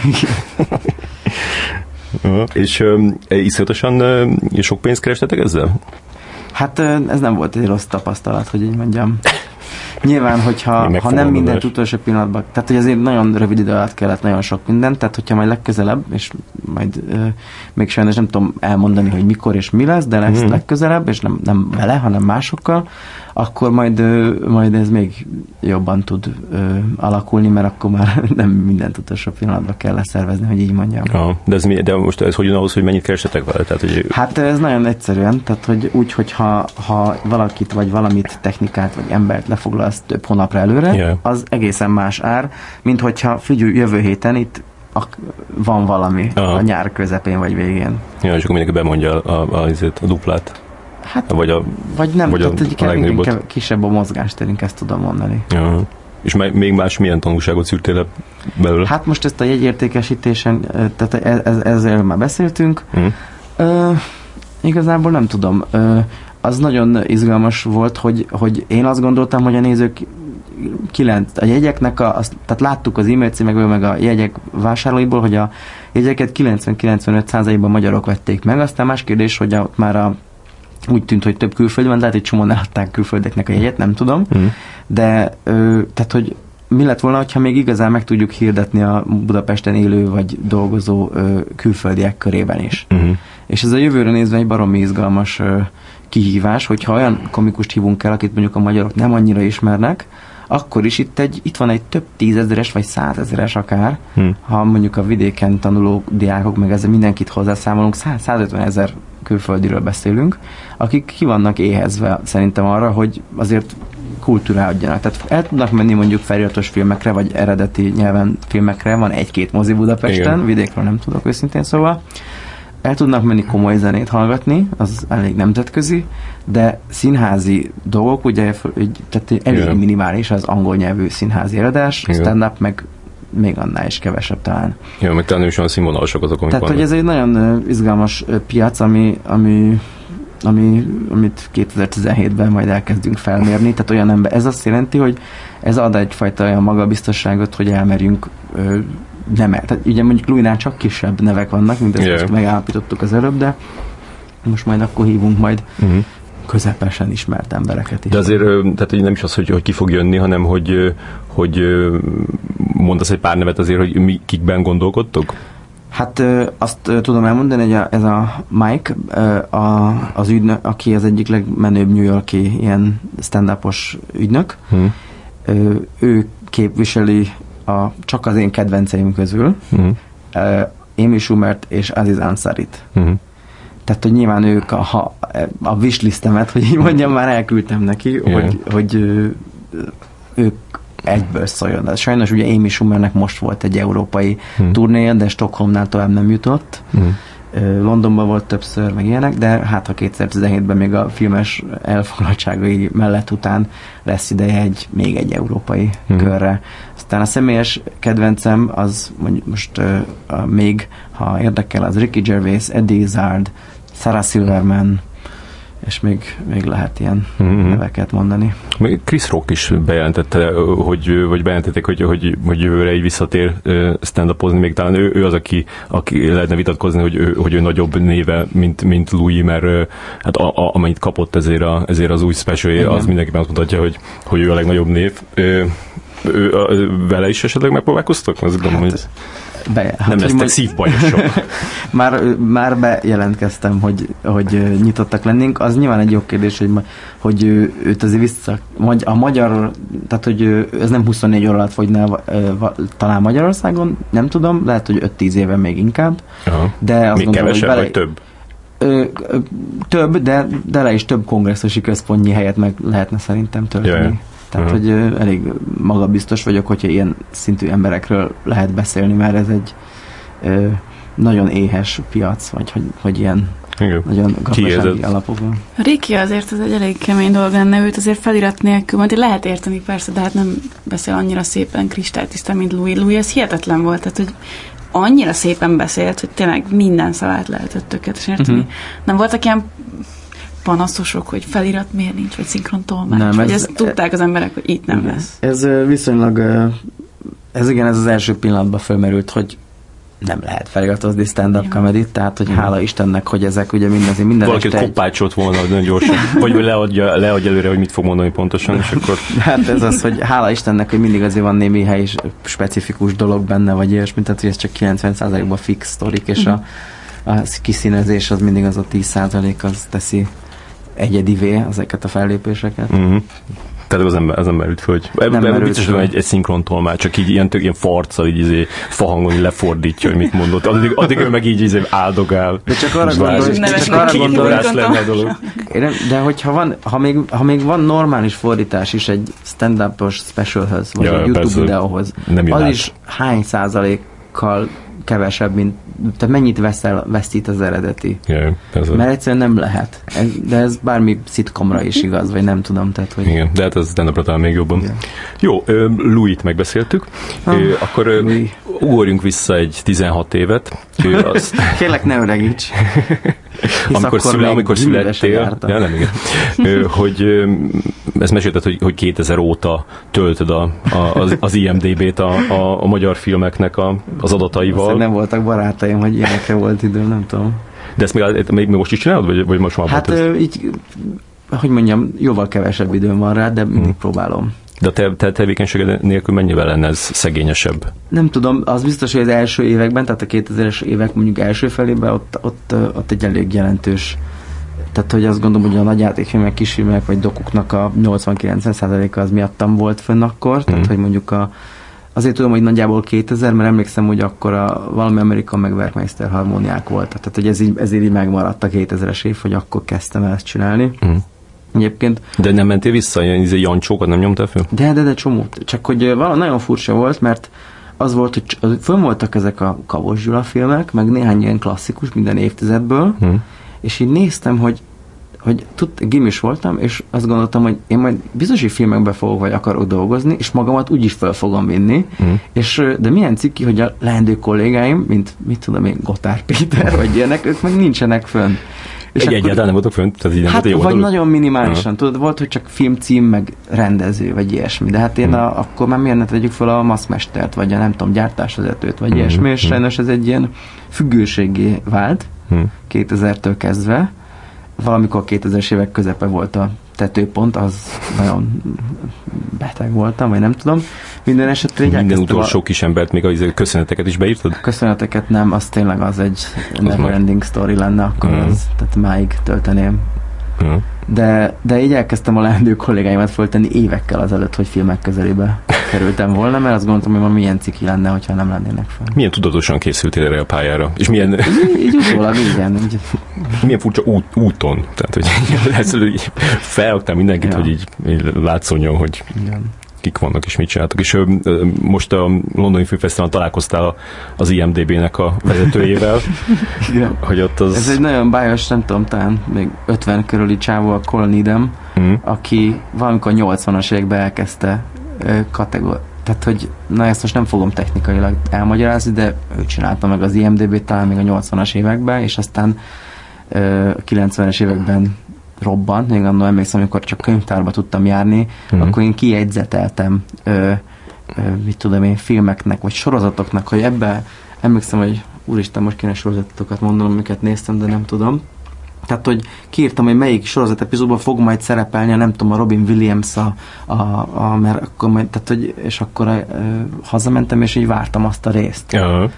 És um, iszonyatosan uh, sok pénzt kerestetek ezzel? Hát ez nem volt egy rossz tapasztalat, hogy így mondjam. Nyilván, hogyha ha nem mindent utolsó pillanatban, tehát hogy azért nagyon rövid idő alatt kellett nagyon sok mindent, tehát hogyha majd legközelebb, és majd uh, még sajnos nem tudom elmondani, hogy mikor és mi lesz, de lesz hmm. legközelebb, és nem, nem vele, hanem másokkal, akkor majd, uh, majd ez még jobban tud uh, alakulni, mert akkor már nem mindent utolsó pillanatban kell leszervezni, hogy így mondjam. Ja, de, ez mi, de most ez hogy jön ahhoz, hogy mennyit keresetek vele? Tehát, hogy... Hát ez nagyon egyszerűen, tehát hogy úgy, hogyha ha valakit, vagy valamit, technikát, vagy embert lefoglalsz több hónapra előre, yeah. az egészen más ár, mint hogyha figyelj, jövő héten itt a, van valami Aha. a nyár közepén vagy végén. Ja, és akkor mindenki bemondja a, a, a, a duplát. Hát, vagy, a, vagy nem, vagy tehát a, a, a kisebb a mozgástérünk, ezt tudom mondani. Ja. És még más milyen tanulságot szűrtél le belőle? Hát most ezt a jegyértékesítésen, tehát ez, ezzel már beszéltünk. Mm. Ö, igazából nem tudom. Ö, az nagyon izgalmas volt, hogy, hogy én azt gondoltam, hogy a nézők kilenc, a jegyeknek, a, azt, tehát láttuk az e-mail címekből, meg a jegyek vásárlóiból, hogy a jegyeket kilencven-kilencvenöt százalékban magyarok vették meg, aztán más kérdés, hogy a, már a, úgy tűnt, hogy több külföld van, lehet, hogy csomóan eladták külföldeknek a jegyet, nem tudom, mm. de ö, tehát, hogy mi lett volna, hogyha még igazán meg tudjuk hirdetni a Budapesten élő vagy dolgozó ö, külföldiek körében is. Mm. És ez a jövőre nézve egy baromi izgalmas uh, kihívás, hogyha olyan komikust hívunk el, akit mondjuk a magyarok nem annyira ismernek, akkor is itt, egy, itt van egy több tízezeres vagy százezeres akár, hmm. ha mondjuk a vidéken tanuló diákok, meg ezzel mindenkit hozzászámolunk, százötven ezer külföldiről beszélünk, akik ki vannak éhezve szerintem arra, hogy azért kultúrálódjanak. Tehát el tudnak menni mondjuk feliratos filmekre, vagy eredeti nyelven filmekre, van egy-két mozi Budapesten, igen. Vidékről nem tudok őszintén, szóval el tudnak menni komoly zenét hallgatni, az elég nemzetközi, de színházi dolgok, ugye, tehát elég igen. minimális az angol nyelvű színházi eredás, stand-up meg még annál is kevesebb talán. Ja, meg talán is olyan színvonalasok azok, amik Tehát, vannak. hogy ez egy nagyon izgalmas piac, ami, ami, ami, amit kétezer-tizenhétben majd elkezdünk felmérni. Tehát olyan ember, ez azt jelenti, hogy ez ad egyfajta olyan magabiztosságot, hogy elmerjünk ö, nem el. Tehát ugye mondjuk Louisnál csak kisebb nevek vannak, mint ezt yeah. most megállapítottuk az előbb, de most majd akkor hívunk majd uh-huh. közepesen ismert embereket is. De azért tehát nem is az, hogy, hogy ki fog jönni, hanem hogy, hogy mondasz egy pár nevet azért, hogy mi, kikben gondolkodtok? Hát azt tudom elmondani, hogy a, ez a Mike, a, az ügynök, aki az egyik legmenőbb New York-i ilyen stand-upos ügynök, hmm. ő képviseli a, csak az én kedvenceim közül hmm. Amy Schumert és Aziz Ansarit. Hmm. Tehát, hogy nyilván ők a, ha, a wishlistemet, hogy így mondjam, már elküldtem neki, yeah. hogy, hogy ők egyből szóljon. De sajnos ugye Amy Schumernek most volt egy európai hmm. turnéja, de Stockholmnál tovább nem jutott. Hmm. Londonban volt többször, meg ilyenek, de hát ha kétezer-tizenhétben még a filmes elfoglaltságai mellett után lesz ideje egy, még egy európai hmm. körre. Aztán a személyes kedvencem az most uh, uh, még, ha érdekel, az Ricky Gervais, Eddie Izzard, Sarah Silverman, és még, még lehet ilyen mm-hmm. neveket mondani. Chris Rock is bejelentette, hogy, vagy bejelentették, hogy, hogy, hogy jövőre így visszatér stand-upozni, még talán ő, ő az, aki, aki lehetne vitatkozni, hogy ő, hogy ő nagyobb néve, mint, mint Louis, mert hát a, a, amennyit kapott ezért, a, ezért az új specialje, az mindenképpen azt mutatja, hogy, hogy ő a legnagyobb név. Ő, ő, ő, vele is esetleg megpróbálkoztak? Azt gondolom, hát, hogy Be, hát, nem lesztek szívbajosok. már, már bejelentkeztem, hogy, hogy nyitottak lennénk. Az nyilván egy jó kérdés, hogy, hogy őt azért vissza... A magyar, tehát hogy ez nem huszonnégy óra alatt fogyna talán Magyarországon, nem tudom, lehet, hogy öt-tíz éve még inkább. Aha. De azt még gondolom, kevesebb, bele, vagy több? Ö, ö, több, de, de le is több kongresszusi központnyi helyet meg lehetne szerintem tölteni. Jaj. Tehát, uh-huh. hogy uh, elég magabiztos vagyok, hogyha ilyen szintű emberekről lehet beszélni, mert ez egy uh, nagyon éhes piac, vagy hogy, hogy ilyen igen. nagyon gazdasági alapokon. Ricky azért ez egy elég kemény dolog lenne, őt azért felirat nélkül, majd lehet érteni persze, de hát nem beszél annyira szépen kristálytisztán, mint Louis. Louis ez hihetetlen volt, tehát hogy annyira szépen beszélt, hogy tényleg minden szavát lehetett tökéletesen érteni. Uh-huh. Nem voltak ilyen panaszosok, hogy felirat miért nincs, vagy szinkron tolmács, nem, vagy ez, ezt tudták az emberek, hogy itt nem igen. lesz. Ez viszonylag, ez igen, ez az első pillanatban fölmerült, hogy nem lehet feliratozni stand-up ja. comedy-t, tehát, hogy hála Istennek, hogy ezek ugye mindazért minden valaki koppácsolt volna, nagyon gyorsan, vagy leadja, leadja előre, hogy mit fog mondani pontosan, és akkor... Hát ez az, hogy hála Istennek, hogy mindig azért van némi helyi specifikus dolog benne, vagy ilyesmi, tehát, hogy ez csak kilencven százalékban fix sztorik, és uh-huh. a, a kiszínezés az mindig az a tíz százalék, az teszi egyedivé ezeket a fellépéseket. Uh-huh. Tehát az ember, az ember üt föl, hogy ebben biztosan egy, egy szinkron tolmács, csak így ilyen, tök, ilyen farccal, így izé, fahangon lefordítja, hogy mit mondott. Addig, addig ő meg így izé áldogál. De csak arra gondolj, csak arra gondolj, de hogyha van, ha még, ha még van normális fordítás is egy stand-upos specialhöz, vagy ja, egy YouTube persze, videóhoz, az át. Is hány százalékkal kevesebb, mint tehát mennyit veszel, veszít az eredeti. Yeah, mert egyszerűen nem lehet. Ez, de ez bármi szitkomra is igaz, vagy nem tudom. Tehát, hogy... Igen, de hát ez stand-upra talán még jobban. Yeah. Jó, Louis-t megbeszéltük. Ah, ö, akkor Louis. Ugorjunk vissza egy tizenhat évet. Az... Kérlek, ne öregíts. amikor, szüle, amikor születtél, ja, nem, igen. ö, hogy ö, ezt mesélted, hogy, hogy kétezer óta töltöd a, a, az, az I M D B-t a, a, a magyar filmeknek a, az adataival. Aztán nem voltak barátaim, hogy ilyenekre volt időm, nem tudom. De ezt még, még most is csinálod, vagy, vagy most már? Hát ö, így, hogy mondjam, jóval kevesebb időm van rá, de mindig hmm. próbálom. De a te, te tevékenységed nélkül mennyivel lenne ez szegényesebb? Nem tudom, az biztos, hogy az első években, tehát a kétezres évek mondjuk első felében ott, ott, ott egy elég jelentős, tehát hogy azt gondolom, hogy a nagyjátékfilmek, kisfilmek vagy dokuknak a nyolcvan-kilencven százaléka az miattam volt fönn akkor, tehát mm. hogy mondjuk a azért tudom, hogy nagyjából kétezer, mert emlékszem, hogy akkor a valami American meg Werkmeister harmóniák voltak. Tehát, hogy ez így, ezért így megmaradt a kétezres év, hogy akkor kezdtem el ezt csinálni. Mm. Egyébként. De nem mentél vissza? Ilyen Jancsókat nem nyomtál föl? De, de, de csomó. Csak hogy valami nagyon furcsa volt, mert az volt, hogy fönn voltak ezek a Kavos Gyula filmek, meg néhány ilyen klasszikus minden évtizedből, mm. és így néztem, hogy hogy tud, gimis voltam, és azt gondoltam, hogy én majd bizonyos filmekben fogok, vagy akarok dolgozni, és magamat úgyis fel fogom vinni, mm. és de milyen ciki, hogy a leendő kollégáim, mint mit tudom én, Gotthard Péter, vagy ilyenek, ők meg nincsenek fönn. És egy egyáltalán nem voltak fönt? Tehát így nem hát volt vagy dolog? Nagyon minimálisan, uh-huh. tudod, volt, hogy csak filmcím, meg rendező, vagy ilyesmi, de hát én uh-huh. a, akkor már miért ne tegyük fel a maszkmestert, vagy a nem tudom, gyártásvezetőt, vagy uh-huh. ilyesmi, és uh-huh. sajnos ez egy ilyen függőségé vált uh-huh. kétezertől kezdve. Valamikor kétezres évek közepe volt a tetőpont, az nagyon beteg voltam, vagy nem tudom. Minden esetre így minden utolsó a... kis embert, még a köszöneteket is beírtad? A köszöneteket nem, az tényleg az egy never ending story lenne, akkor uh-huh. az, tehát máig tölteném. Uh-huh. De, de így elkezdtem a leendő kollégáimat föltenni évekkel azelőtt, hogy filmek közelébe kerültem volna, mert azt gondoltam, hogy ma milyen ciki lenne, hogyha nem lennének fel. Milyen tudatosan készültél erre a pályára? És milyen... Így, így utólag, igen. Így... Milyen furcsa út, úton? Tehát, hogy felraktál mindenkit, ja. hogy így, így látszódjon, hogy... Igen. Kik vannak és mit csináltak. És ö, ö, most a Londoni Filmfesztiválon találkoztál az I M D B-nek a vezetőjével. Igen. Hogy ott az... Ez egy nagyon bájos, nem tudom, talán még ötven körüli csávó, a Colin Needham, mm. aki valamikor nyolcvanas években elkezdte kategóri... Tehát, hogy na ezt most nem fogom technikailag elmagyarázni, de ő csinálta meg az I M D B-t talán még a nyolcvanas években, és aztán ö, a kilencvenes években robbant, még annól emlékszem, amikor csak könyvtárba tudtam járni, mm. akkor én kijegyzeteltem ö, ö, mit tudom én, filmeknek, vagy sorozatoknak, hogy ebbe emlékszem, hogy úristen, most kéne sorozatokat mondanom, amiket néztem, de nem tudom. Tehát, hogy kiírtam, hogy melyik sorozat epizódban fog majd szerepelni, nem tudom, a Robin Williams, a, a, a mert akkor majd, tehát, hogy, és akkor ö, hazamentem, és így vártam azt a részt. Uh-huh.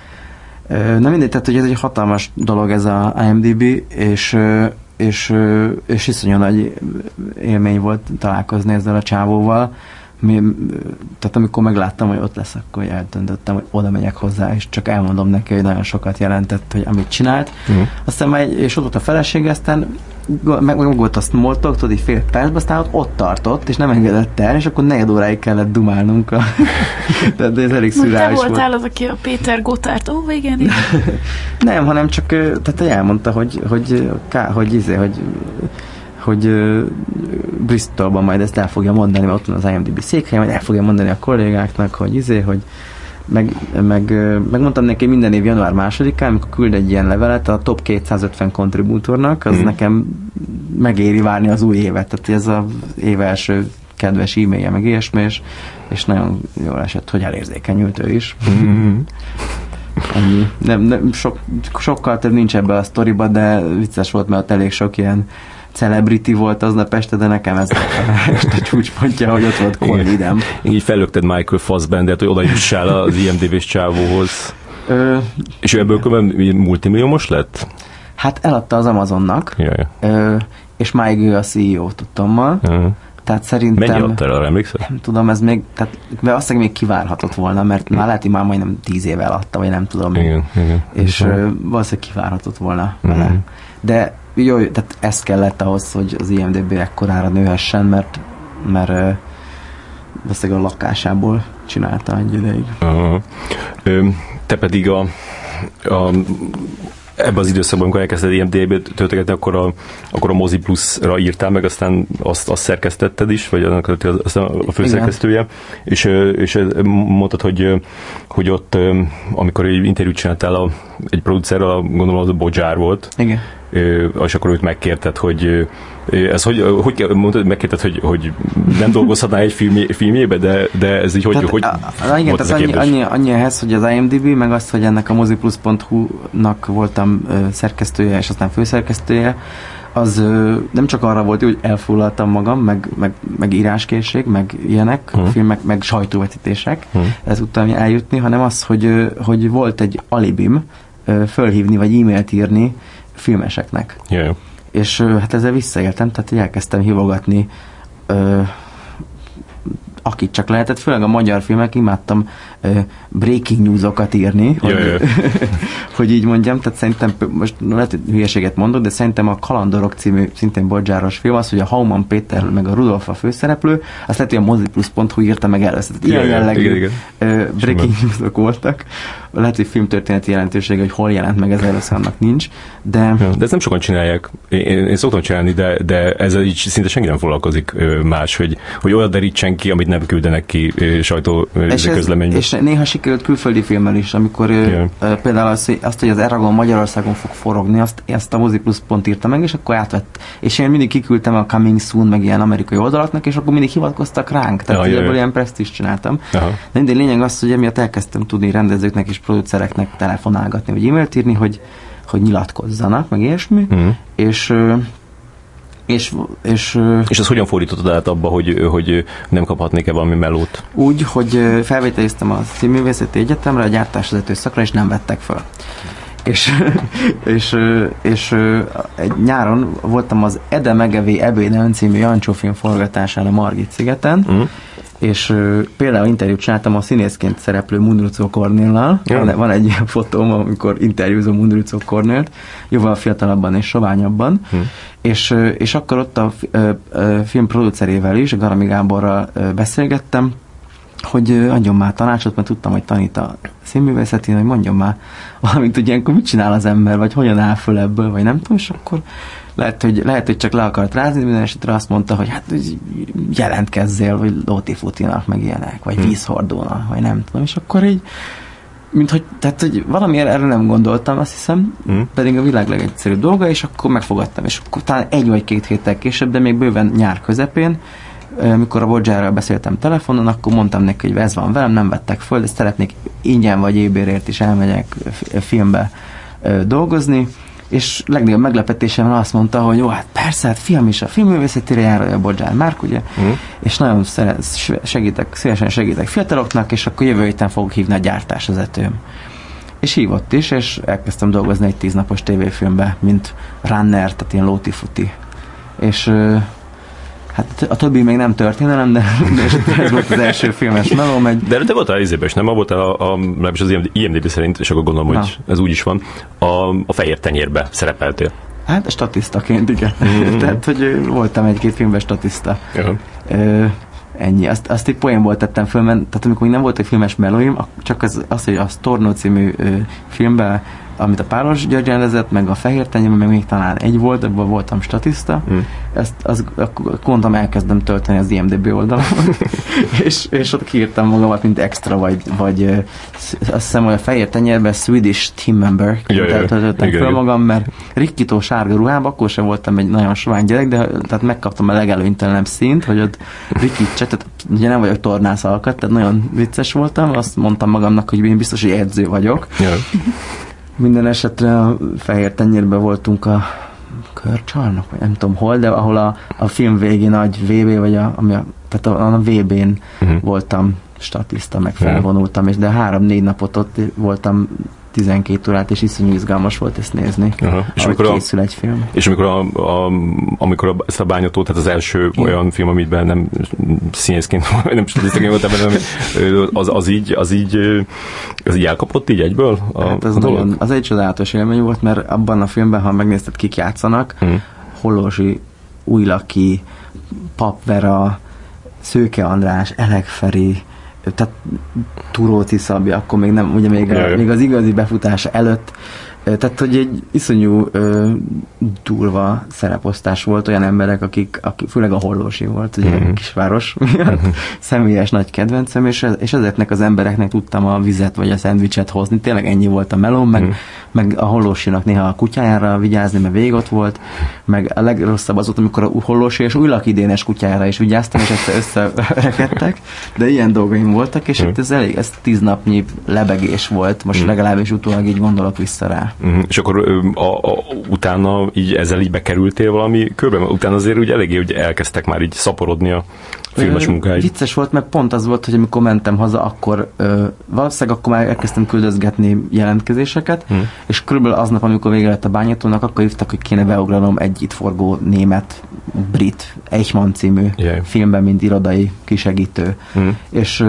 Ö, na mindegy, tehát, hogy ez egy hatalmas dolog ez a I M D B, és ö, és, és iszonyú nagy élmény volt találkozni ezzel a csávóval. Mi, tehát amikor megláttam, hogy ott lesz, akkor eldöntöttem, hogy oda megyek hozzá, és csak elmondom neki, hogy nagyon sokat jelentett, hogy amit csinált. Uh-huh. Aztán majd, és ott volt a felesége, aztán meg, meg volt a small talk, tudod, így fél percben, aztán ott, ott tartott, és nem engedett el, és akkor negyed óráig kellett dumálnunk. A... Tehát ez elég szürreális volt. Te voltál az, aki a Péter Gotthard, ó, igen, igen. Nem, hanem csak, tehát elmondta, hogy, hogy, hogy, hogy, izé, hogy hogy uh, Bristolban majd ezt el fogja mondani, mert ott van az I M D B székhely, majd el fogja mondani a kollégáknak, hogy izé, hogy meg, meg, megmondtam neki minden év január másodikán, amikor küld egy ilyen levelet a top kétszázötven kontribútornak, az mm. nekem megéri várni az új évet, tehát ez az év első kedves e-mailje, meg ilyesmi, és, és nagyon jól esett, hogy elérzékenyült ő is. Mm-hmm. Ennyi. Nem, nem, sok, sokkal több nincs ebbe a sztoriba, de vicces volt, mert ott elég sok ilyen celebrity volt aznap este, de nekem ez a este csúcspontja, hogy ott volt Colin Needham. Így fellökted Michael Fassbendert, hogy oda jussál az I M D B-s csávóhoz. Ö, és ő ebből különben multimilliómos lett? Hát eladta az Amazonnak, Jaj. Ö, és máig ő a C E O tudtommal. Uh-huh. Tehát szerintem... Mennyi adta el, arra emlékszel? Nem tudom, ez még, tehát azt még kivárhatott volna, mert már lehet, hogy már majdnem tíz éve eladta, vagy nem tudom. Igen, igen. És uh, valószínűleg kivárhatott volna vele. Uh-huh. De jó, tehát ez kellett ahhoz, hogy az I M D B ekkorára nőhessen, mert, mert uh, valószínűleg a lakásából csinálta egy ideig. Uh-huh. Ö, te pedig a, a ebben az időszakban, amikor elkezdted I M D B-t töltögetni, akkor a, akkor a Mozi Plus-ra írtál meg, aztán azt, azt szerkesztetted is, vagy annak az, a főszerkesztője, és, és mondtad, hogy, hogy ott, amikor egy interjút csináltál a, egy producerrel, gondolom az a Bodzsár volt. Igen. És akkor őt megkérted, hogy ez hogy, hogy mondtad, megkérted, hogy, hogy nem dolgozhatnál egy film, filmjébe, de, de ez így hogy, tehát, hogy a, igen, tehát annyi, annyi, annyi ehhez, hogy az I M D B, meg azt, hogy ennek a moziplus pont hu-nak voltam ö, szerkesztője, és aztán főszerkesztője, az ö, nem csak arra volt, hogy elfulladtam magam, meg, meg, meg íráskészség, meg ilyenek, hmm. filmek, meg sajtóvetítések, hmm. ez tudtam eljutni, hanem az, hogy, hogy volt egy alibim ö, fölhívni, vagy e-mailt írni filmeseknek. Yeah. És ö, hát ezzel visszaéltem, tehát elkezdtem hívogatni ö, akit csak lehetett, főleg a magyar filmek, imádtam uh, breaking news-okat írni, hogy, yeah, yeah. hogy így mondjam, tehát szerintem, most lehet, hogy hülyeséget mondok, de szerintem a Kalandorok című, szintén bodzsáros film az, hogy a Hauman Péter meg a Rudolf a főszereplő, azt lehet, hogy a moziplus pont hu írta meg először. Tehát ilyen yeah, jellegű igen, igen. Uh, breaking news-ok voltak. Lehet, hogy filmtörténeti jelentősége, hogy hol jelent meg ez először, annak nincs, de... Ja, de ezt nem sokan csinálják. Én, én szoktam csinálni, de, de ezzel így szinte senki nem foglalkozik más, hogy, hogy olyat derítsen ki, amit nem küldenek ki sajtó közleményben. És néha sikerült külföldi filmmel is, amikor yeah. például az, azt, hogy az Eragon Magyarországon fog forogni, azt, azt a moziplus pont írta meg, és akkor átvett. És én mindig kiküldtem a Coming Soon, meg ilyen amerikai oldalaknak, és akkor mindig hivatkoztak ránk. Tehát ja, ebből ilyen presztízst csináltam. Aha. De mindig lényeg az, hogy emiatt elkezdtem tudni rendezőknek és producereknek telefonálgatni, vagy e-mailt írni, hogy, hogy nyilatkozzanak, meg ilyesmi, mm. és És, és, és ez hogyan fordítottad át abba, hogy, hogy nem kaphatnék-e valami melót? Úgy, hogy felvételiztem a Színművészeti Egyetemre, a gyártásvezető szakra, és nem vettek fel. És, és, és egy nyáron voltam az Ede Megevé Ebéden című Jancsó film forgatásán a Margit szigeten, mm. és például interjút csináltam a színészként szereplő Mundruczó Kornéllal. Ja. Van, van egy ilyen fotóm, amikor interjúzom Mundruczó Kornélt, jóval fiatalabban és soványabban, hm. és, és akkor ott a film producerével is, Garami Gáborral beszélgettem, hogy adjon már tanácsot, mert tudtam, hogy tanít a színművészetén, hogy mondjon már valamint, hogy ilyenkor mit csinál az ember, vagy hogyan áll föl ebből, vagy nem tudom, és akkor lehet, hogy, lehet, hogy csak le akart rázni, minden esetre azt mondta, hogy hát jelentkezzél, vagy lótifutinak, meg ilyenek, vagy vízhordónak, vagy nem tudom, és akkor így, mint hogy, tehát, hogy valamiért erre nem gondoltam, azt hiszem, mm. pedig a világ legegyszerűbb dolga, és akkor megfogadtam, és akkor talán egy vagy két héttel később, de még bőven nyár közepén, amikor a Bodzsárral beszéltem telefonon, akkor mondtam neki, hogy ez van velem, nem vettek föl, de szeretnék ingyen vagy ébérért is elmegyek filmbe dolgozni, és legnagyobb meglepetésem azt mondta, hogy jó, hát persze, hát fiam is a filmművészetére jár a Bodzsár Márk, ugye, mm. és nagyon segítek, szívesen segítek fiataloknak, és akkor jövő héten fogok hívni a gyártásvezetőm. És hívott is, és elkezdtem dolgozni egy tíznapos tévéfilmbe, mint runner, tehát ilyen lótifuti. És hát a többi még nem történelem, de, de ez volt az első filmes meló, meg... De te voltál izébe is, nem? A voltál a, a, legalábbis az I M D B szerint, és akkor gondolom, Na. hogy ez úgy is van, a, a Fehér tenyérbe szerepeltél. Hát statisztaként, igen. Mm-hmm. Tehát, hogy voltam egy-két filmben statiszta. Uh-huh. Ö, ennyi. Azt, azt egy poénból tettem föl, mert tehát amikor még nem volt egy filmes melóim, csak az, az hogy a Stornó című ö, filmben, amit a Pálos György rendezett, meg a Fehér tenyérben, meg még talán egy volt, abban voltam statiszta. Mm. Ezt az, akkor mondtam, elkezdem tölteni az I M D B oldalon, és, és ott kiírtam magamat, mint extra, vagy, vagy azt hiszem, hogy a Fehér tenyérben Swedish team member töltöttem föl magam, mert rikkító sárga ruhában, akkor sem voltam egy nagyon sovány gyerek, de tehát megkaptam a legelőnytelenebb színt, hogy ott rikkítse, tehát ugye nem vagyok tornász alkat, tehát nagyon vicces voltam, azt mondtam magamnak, hogy én biztos, hogy edző vagyok. Yeah. Minden esetre a Fehér tenyérben voltunk a Körcsalnok, vagy nem tudom hol, de ahol a, a film végén nagy vé bé, vagy a, ami a, tehát a, a vé bén uh-huh. voltam statiszta, meg felvonultam, és de három-négy napot ott voltam tizenkét órát, és iszonyú izgalmas volt ezt nézni, uh-huh. és amikor készül a, egy film. És amikor, a, a, amikor a, ezt a Bányatót, tehát az első Igen. olyan film, amiben nem színészként, nem statisztaként volt ebben, az, az, így, az, így, az így elkapott így egyből? A, hát az, nagyon, az egy csodálatos élmény volt, mert abban a filmben, ha megnézted, kik játszanak, hmm. Hollósi, Újlaki, Pap Vera, Szőke András, Elek Feri, tehát Turóci Szabi, akkor még nem, ugye még, a, még az igazi befutása előtt, tehát, hogy egy iszonyú ö, durva szereposztás volt, olyan emberek, akik, akik főleg a Hollósi volt, ugye mm-hmm. kisváros miatt, mm-hmm. személyes nagy kedvencem, és, és ezeknek az embereknek tudtam a vizet vagy a szendvicset hozni, tényleg ennyi volt a melóm, meg, mm. meg a Hollósinak néha a kutyájára vigyázni, mert végig ott volt, meg a legrosszabb az volt, amikor a Hollósi és Újlaki Dénes kutyájára is vigyáztam, és ezt összerekedtek, de ilyen dolgaim voltak, és mm. itt ez elég, ez tíz napnyi lebegés volt, most mm. legalábbis utólag így gondolok vissza rá. filmre. Uh-huh. És akkor a, a, utána így ezzel így bekerültél valami körbe? Utána azért úgy eléggé hogy elkezdtek már így szaporodni a filmes munkáid. Vicces volt, mert pont az volt, hogy amikor mentem haza, akkor ö, valószínűleg akkor már elkezdtem küldözgetni jelentkezéseket, hmm. és körülbelül aznap, amikor vége lett a bányítónak, akkor hívtak, hogy kéne beugranom egy itt forgó német, brit, Eichmann című yeah. filmben, mint irodai kisegítő. Hmm. És,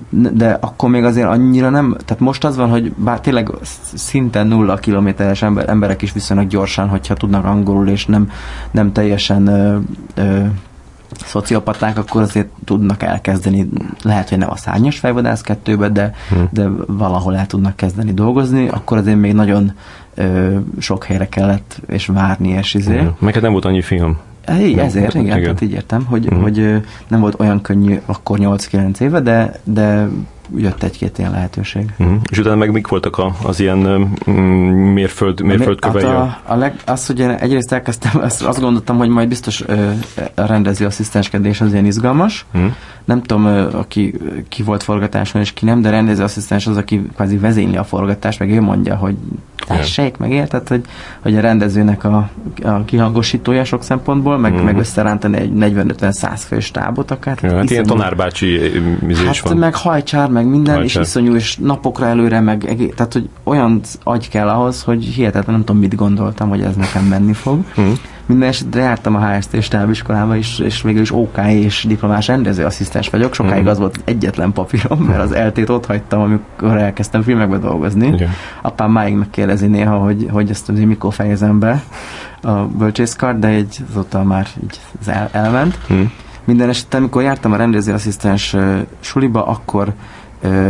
de akkor még azért annyira nem, tehát most az van, hogy bár tényleg szinte nulla kilométeres ember, emberek is viszonylag gyorsan, hogyha tudnak angolul, és nem, nem teljesen ö, ö, szociopaták, akkor azért tudnak elkezdeni, lehet, hogy nem a Szárnyas fejvadász kettőbe, de, hmm. de valahol el tudnak kezdeni dolgozni, akkor azért még nagyon ö, sok helyre kellett, és várni, és izé. Hmm. Meg hát nem volt annyi film. É, ezért, igen, igen. Tehát így értem, hogy, hmm. hogy ö, nem volt olyan könnyű akkor nyolc-kilenc éve, de, de jött egy-két ilyen lehetőség. Uh-huh. És utána meg mik voltak a, az ilyen mm, mérföld, mérföldkövei? Hát a, a leg, az, hogy egyrészt elkezdtem, azt, azt gondoltam, hogy majd biztos ö, a rendezőasszisztenskedés az ilyen izgalmas. Uh-huh. Nem tudom, ö, aki ki volt forgatáson és ki nem, de rendezőasszisztens az, aki kvázi vezényli a forgatást, meg ő mondja, hogy tessék, meg érted, hogy, hogy a rendezőnek a, a kihangosítója sok szempontból, meg, uh-huh. meg összerántani egy negyven-ötven-száz fős tábot akár. Ja, hát ilyen tanárbácsi mizés hát van. meg hajcsár, meg minden, hajcsár. És iszonyú, és napokra előre, meg tehát, hogy olyan agy kell ahhoz, hogy hihetetlen, nem tudom, mit gondoltam, hogy ez nekem menni fog. Uh-huh. Minden esetre jártam a há es té stábiskolába, és, és végül is ó ká és diplomás rendezőasszisztens vagyok. Sokáig uh-huh. az volt egyetlen papírom, mert az el té-t ott hagytam, amikor elkezdtem filmekbe dolgozni. Yeah. Apám máig megkérdezi néha, hogy, hogy ezt azért mikor fejezem be a bölcsészkart, de egy, azóta már így el, elment. Uh-huh. Minden esetre, amikor jártam a rendezőasszisztens uh, suliba, akkor uh,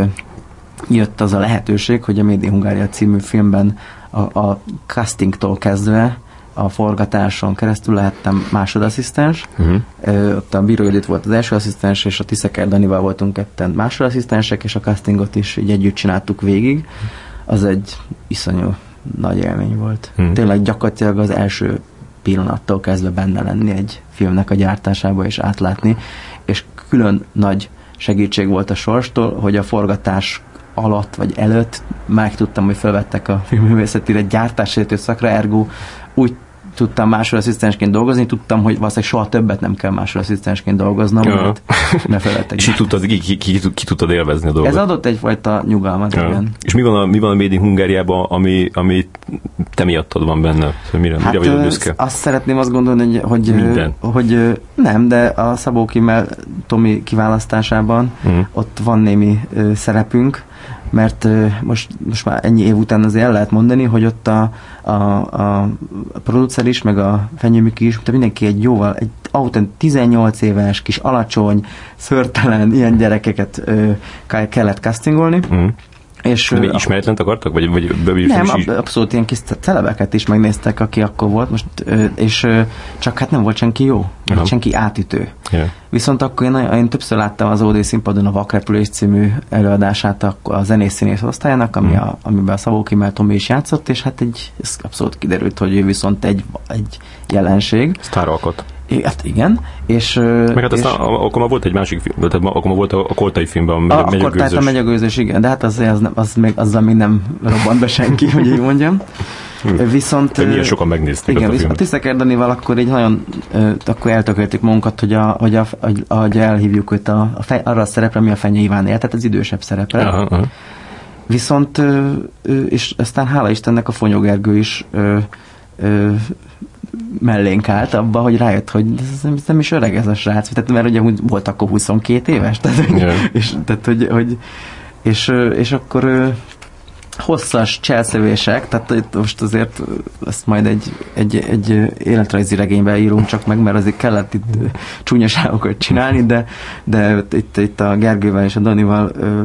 jött az a lehetőség, hogy a Made in Hungária című filmben a, a castingtól kezdve a forgatáson keresztül lehettem másodasszisztens. Uh-huh. Ö, ott a Bíró Judit volt az első asszisztens, és a Tiszeker Danival voltunk ketten másodasszisztensek, és a castingot is így együtt csináltuk végig. Az egy iszonyú nagy élmény volt. Uh-huh. Tényleg gyakorlatilag az első pillanattól kezdve benne lenni egy filmnek a gyártásába, és átlátni, és külön nagy segítség volt a sorstól, hogy a forgatás alatt vagy előtt megtudtam, hogy felvettek a filmművészetire gyártásértő szakra, ergo úgy tudtam másodasszisztensként dolgozni, tudtam, hogy valószínűleg soha többet nem kell másodasszisztensként dolgoznom, ja. mert ne felvettek. És ki tudtad, ki, ki, ki, ki tudtad élvezni a dolgot? Ez adott egyfajta nyugalmat, ja. igen. És mi van a, mi van a Made in Hungáriában, ami, ami te miattad van benne? Mire, hát mire vagy büszke? Azt szeretném azt gondolni, hogy, hogy, hogy nem, de a Szabó Kimmel Tomi kiválasztásában uh-huh. ott van némi ö, szerepünk, mert uh, most, most már ennyi év után azért el lehet mondani, hogy ott a, a, a producer is, meg a Fenyőmiki is, tehát mindenki egy jóval, egy autent tizennyolc éves, kis alacsony, szörtelen, ilyen gyerekeket uh, kellett castingolni. Mm. És mi ismeretlent akartak? Vagy, vagy nem, is abszolút ilyen kis celebeket is megnéztek, aki akkor volt, most, és csak hát nem volt senki jó, uh-huh. senki átütő. Yeah. Viszont akkor én, én többször láttam az ó dé színpadon a Vakrepülés című előadását a, a zenészszínész osztályának, ami uh-huh. a, amiben a Szabó Kimmel Tomi is játszott, és hát egy, ez abszolút kiderült, hogy ő viszont egy, egy jelenség. Sztáralkot. Hát igen, és... Meg hát aztán és, akkor már volt egy másik film, tehát akkor már volt a, a Koltai filmben a Megyegőzős. Akkor tehát a Megyegőzős, igen, de hát az, az, az még, azzal még nem robbant be senki, hogy így mondjam. Viszont... De milyen sokan megnézték igen, a filmet. A Tiszeker Danival akkor így nagyon, akkor eltököltük magunkat, hogy, a, hogy, a, hogy, hogy elhívjuk őt a, a fej, arra a szerepre, ami a Fenyő Iván élt, tehát az idősebb szerepre. Aha, aha. Viszont, és aztán hála Istennek a Fonyó Gergő is ö, ö, mellénk állt abba, hogy rájött, hogy ez nem is öreg ez a srác, tehát, mert ugye volt akkor huszonkét éves, tehát, yeah. és, tehát hogy, hogy és, és akkor hosszas cselszövések, tehát most azért ezt majd egy, egy, egy életrajzi regényben írunk csak meg, mert azért kellett itt csúnyaságokat csinálni, de, de itt, itt a Gergővel és a Danival ö,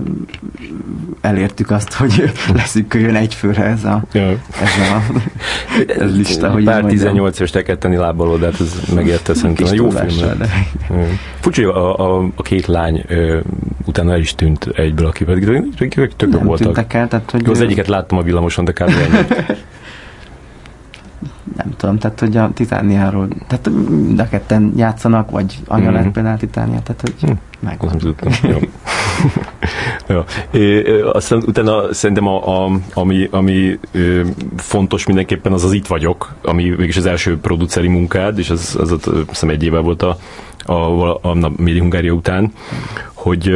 elértük azt, hogy leszűköljön egy főre ez a, ja. ez a ez lista. Hogy pár tizennyolc éves te kell tenni lábbaló, de hát ez megérte szerintem. A jó film. De... Furcsa, hogy a, a, a két lány ö, utána el is tűnt egyből, aki pedig tökök voltak. Tűntek el, tehát hogy az egyiket láttam a villamoson, de kb. Nem tudom, tehát hogy a Titániáról, tehát mind a ketten játszanak, vagy anya mm-hmm. lett például Titánia, tehát hogy mm. megvan. Nem tudtam. Jó. Ja. É, aztán utána szerintem a, a, ami, ami ö, fontos mindenképpen az az Itt vagyok, ami mégis az első produceri munkád, és az, az ott hiszem egy éve volt a, a, a, a Made in Hungária után, hogy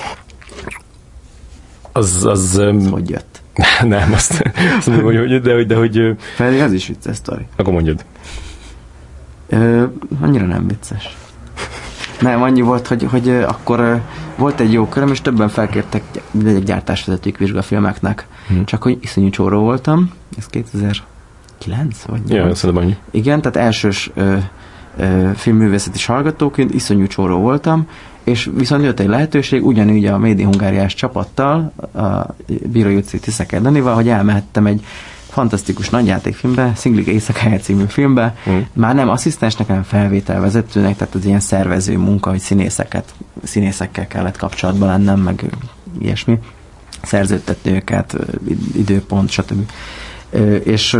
az... az Ez hogy jött? Nem, azt, azt mondom, hogy de, de hogy... Pedig az is vicces sztori. Akkor mondjad. Ö, annyira nem vicces. Nem, annyi volt, hogy, hogy akkor uh, volt egy jó köröm, és többen felkértek egy gyártásvezetők vizsgafilmeknek. Hmm. Csak hogy iszonyú csóró voltam. Ez kétezer-kilenc? Vagy ja, szerintem annyi. Igen, tehát elsős ö, ö, filmművészeti hallgatóként iszonyú csóró voltam, és viszont jött egy lehetőség, ugyanúgy a Made in Hungáriás csapattal, a Bírói utcai Tiszekert Danival, hogy elmehettem egy fantasztikus nagyjátékfilmbe, Szinglik éjszakája című filmbe, mm. már nem asszisztensnek, hanem felvételvezetőnek, tehát az ilyen szervező munka, hogy színészeket, színészekkel kellett kapcsolatban lennem, meg ilyesmi, szerződtetni őket, időpont, stb. És,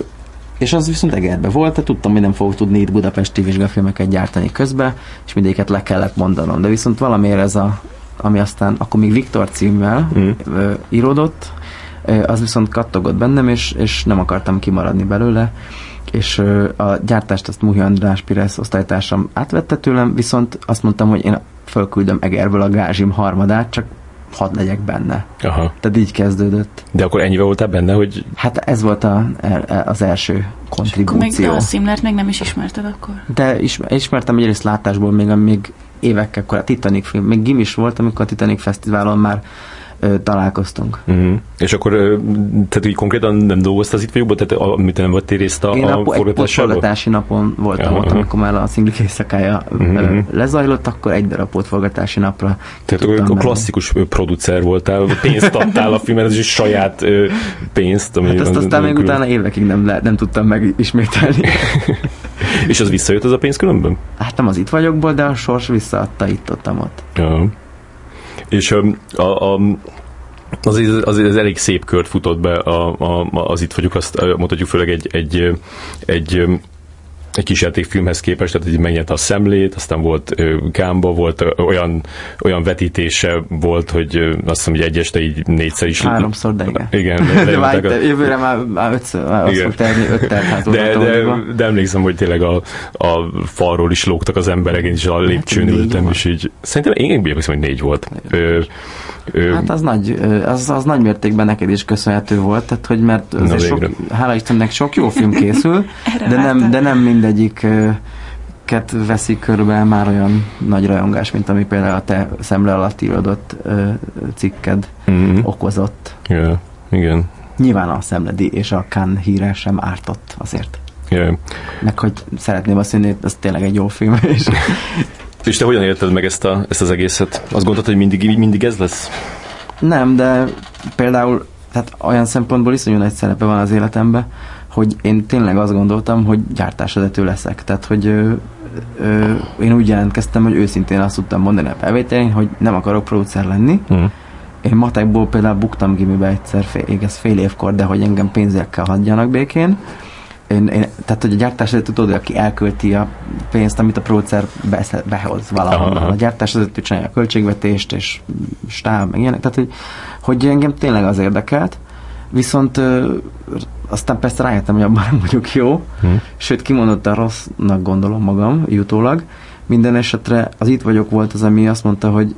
és az viszont Egerbe volt, tehát tudtam, hogy nem fogok tudni itt budapesti vizsgafilmeket gyártani közben, és mindegyiket le kellett mondanom. De viszont valamiért ez a, ami aztán akkor még Viktor címmel mm. íródott, az viszont kattogott bennem, és, és nem akartam kimaradni belőle, és a gyártást azt Muhi András Pires osztálytársam átvette tőlem, viszont azt mondtam, hogy én fölküldöm Egerből a gázsim harmadát, csak hadd legyek benne. Aha. Tehát így kezdődött. De akkor ennyivel voltál benne, hogy... Hát ez volt a, az első kontribúció. Még a Simlert meg nem is ismerted akkor? De ismer, ismertem egyrészt látásból, még, még évekkel korábban, a Titanic film, még gimis volt, amikor a Titanic Fesztiválon már találkoztunk. Uh-huh. És akkor tehát úgy konkrétan nem dolgoztál az Itt vagyokban, tehát amit nem vettél részt a, Én a, a forgatásából? Forgatási napon voltam ott, amikor már a Szinglik éjszakája uh-huh. lezajlott, akkor egy darab pótforgatási napra. Tehát a menni. Klasszikus producer voltál, pénzt adtál a filmben, ez is saját pénzt. Ami hát ezt aztán még utána évekig nem, le, nem tudtam megismételni. És az visszajött az a pénz különben? Hát nem az Itt vagyokból, de a sors visszaadta itt-ottam ott. Ja. És a, a, az, az, az elég szép kört futott be a, a, az Itt vagyok, azt mondhatjuk főleg egy, egy, egy, egy kísértékfilmhez képest, tehát így megnyerte a Szemlét, aztán volt Kámba, volt olyan, olyan vetítése volt, hogy azt hiszem, hogy egy este így négyszer is... Háromszor, de igen. Igen. De, de vágy, a... Jövőre már, már ötször, már azt fog terni, öt terházó. De, de, de emlékszem, hogy tényleg a, a falról is lógtak az emberek, én is a lépcsőn hát, ültem, és így... Szerintem én emlékszem, hogy négy volt. Ö, ö, hát az nagy, az, az nagy mértékben neked is köszönhető volt, tehát hogy mert azért sok, hála Istennek sok jó film készül, de nem, de nem mindegyik veszik körbe már olyan nagy rajongás, mint ami például a te szemle alatt írodott cikked mm-hmm. okozott. Yeah, igen. Nyilván a Szemledi és a Cannes híre sem ártott azért. Yeah. Meg hogy szeretném azt mondani, ez tényleg egy jó film. És, és te hogyan élted meg ezt, a, ezt az egészet? Azt gondoltad, hogy mindig, mindig ez lesz? Nem, de például tehát olyan szempontból iszonyú nagy szerepe van az életemben, hogy én tényleg azt gondoltam, hogy gyártásvezető leszek. Tehát, hogy ö, ö, én úgy jelentkeztem, hogy őszintén azt tudtam mondani a felvételén, hogy nem akarok producer lenni. Mm. Én matekból például buktam gimibe egyszer, fél, igaz, fél évkor, de hogy engem pénzekkel hagyjanak békén. Én, én, tehát, hogy a gyártásvezető tudod, aki elkölti a pénzt, amit a producer behoz valahonnan. A gyártásvezető csinálja a költségvetést, és stáb, meg ilyenek. Tehát, hogy, hogy engem tényleg az érdekelt. Viszont ö, aztán persze rájöttem, hogy abban nem vagyok jó, hmm. sőt kimondottan rossznak gondolom magam, jutólag. Minden esetre az Itt vagyok volt az, ami azt mondta, hogy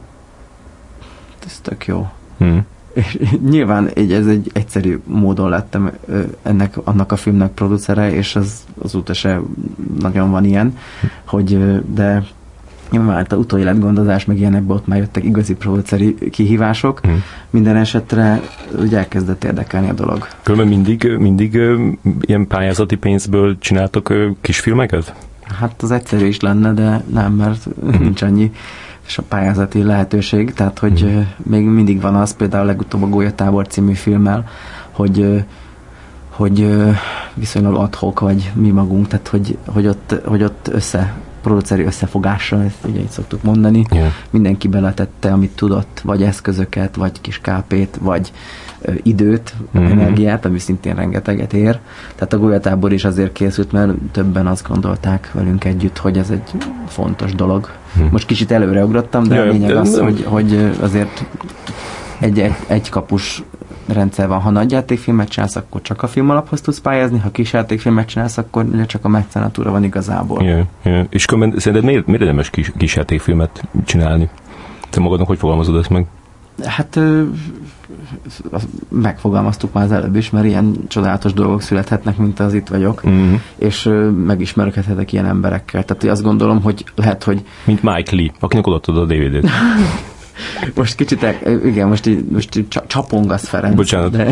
ez tök jó. Hmm. És nyilván egy, ez egy egyszerű módon lettem ö, ennek, annak a filmnek producere, és az azóta se nagyon van ilyen, hmm. hogy ö, de nyilván hát a utóéletgondozás, meg ilyenekben ott már jöttek igazi produceri kihívások. Hmm. Minden esetre ugye elkezdett érdekelni a dolog. Különben mindig, mindig ö, ilyen pályázati pénzből csináltok ö, kisfilmeket? Hát az egyszerű is lenne, de nem, mert hmm. nincs annyi és a pályázati lehetőség, tehát hogy hmm. ö, még mindig van az, például legutóbb a Gólyatábor című filmmel, hogy ö, hogy ö, viszonylag ad-hoc vagy mi magunk, tehát hogy, hogy, ott, hogy ott össze produceri összefogással, ezt ugye így szoktuk mondani. Yeah. Mindenki beletette, amit tudott, vagy eszközöket, vagy kis kápét, vagy ö, időt, mm-hmm. energiát, ami szintén rengeteget ér. Tehát a Gólyatábor is azért készült, mert többen azt gondolták velünk együtt, hogy ez egy fontos dolog. Mm. Most kicsit előreugrottam, de yeah, a lényeg az, hogy, hogy azért egy, egy, egy kapus rendszer van. Ha nagyjátékfilmet csinálsz, akkor csak a film alaphoz tudsz pályázni, ha kisjátékfilmet csinálsz, akkor ugye csak a mecenatúra van igazából. Yeah, yeah. És különben szerinted miért, miért érdemes kis, kisjátékfilmet csinálni? Te magadnak hogy fogalmazod ezt meg? Hát megfogalmaztuk már az előbb is, mert ilyen csodálatos dolgok születhetnek, mint az Itt vagyok, mm-hmm. és megismerkedhetek ilyen emberekkel. Tehát azt gondolom, hogy lehet, hogy... Mint Mike Lee, akinek odaadtad a dé vé dét. Most kicsit, el, igen, most, így, most így csapongasz, Ferenc. Bocsánat. De,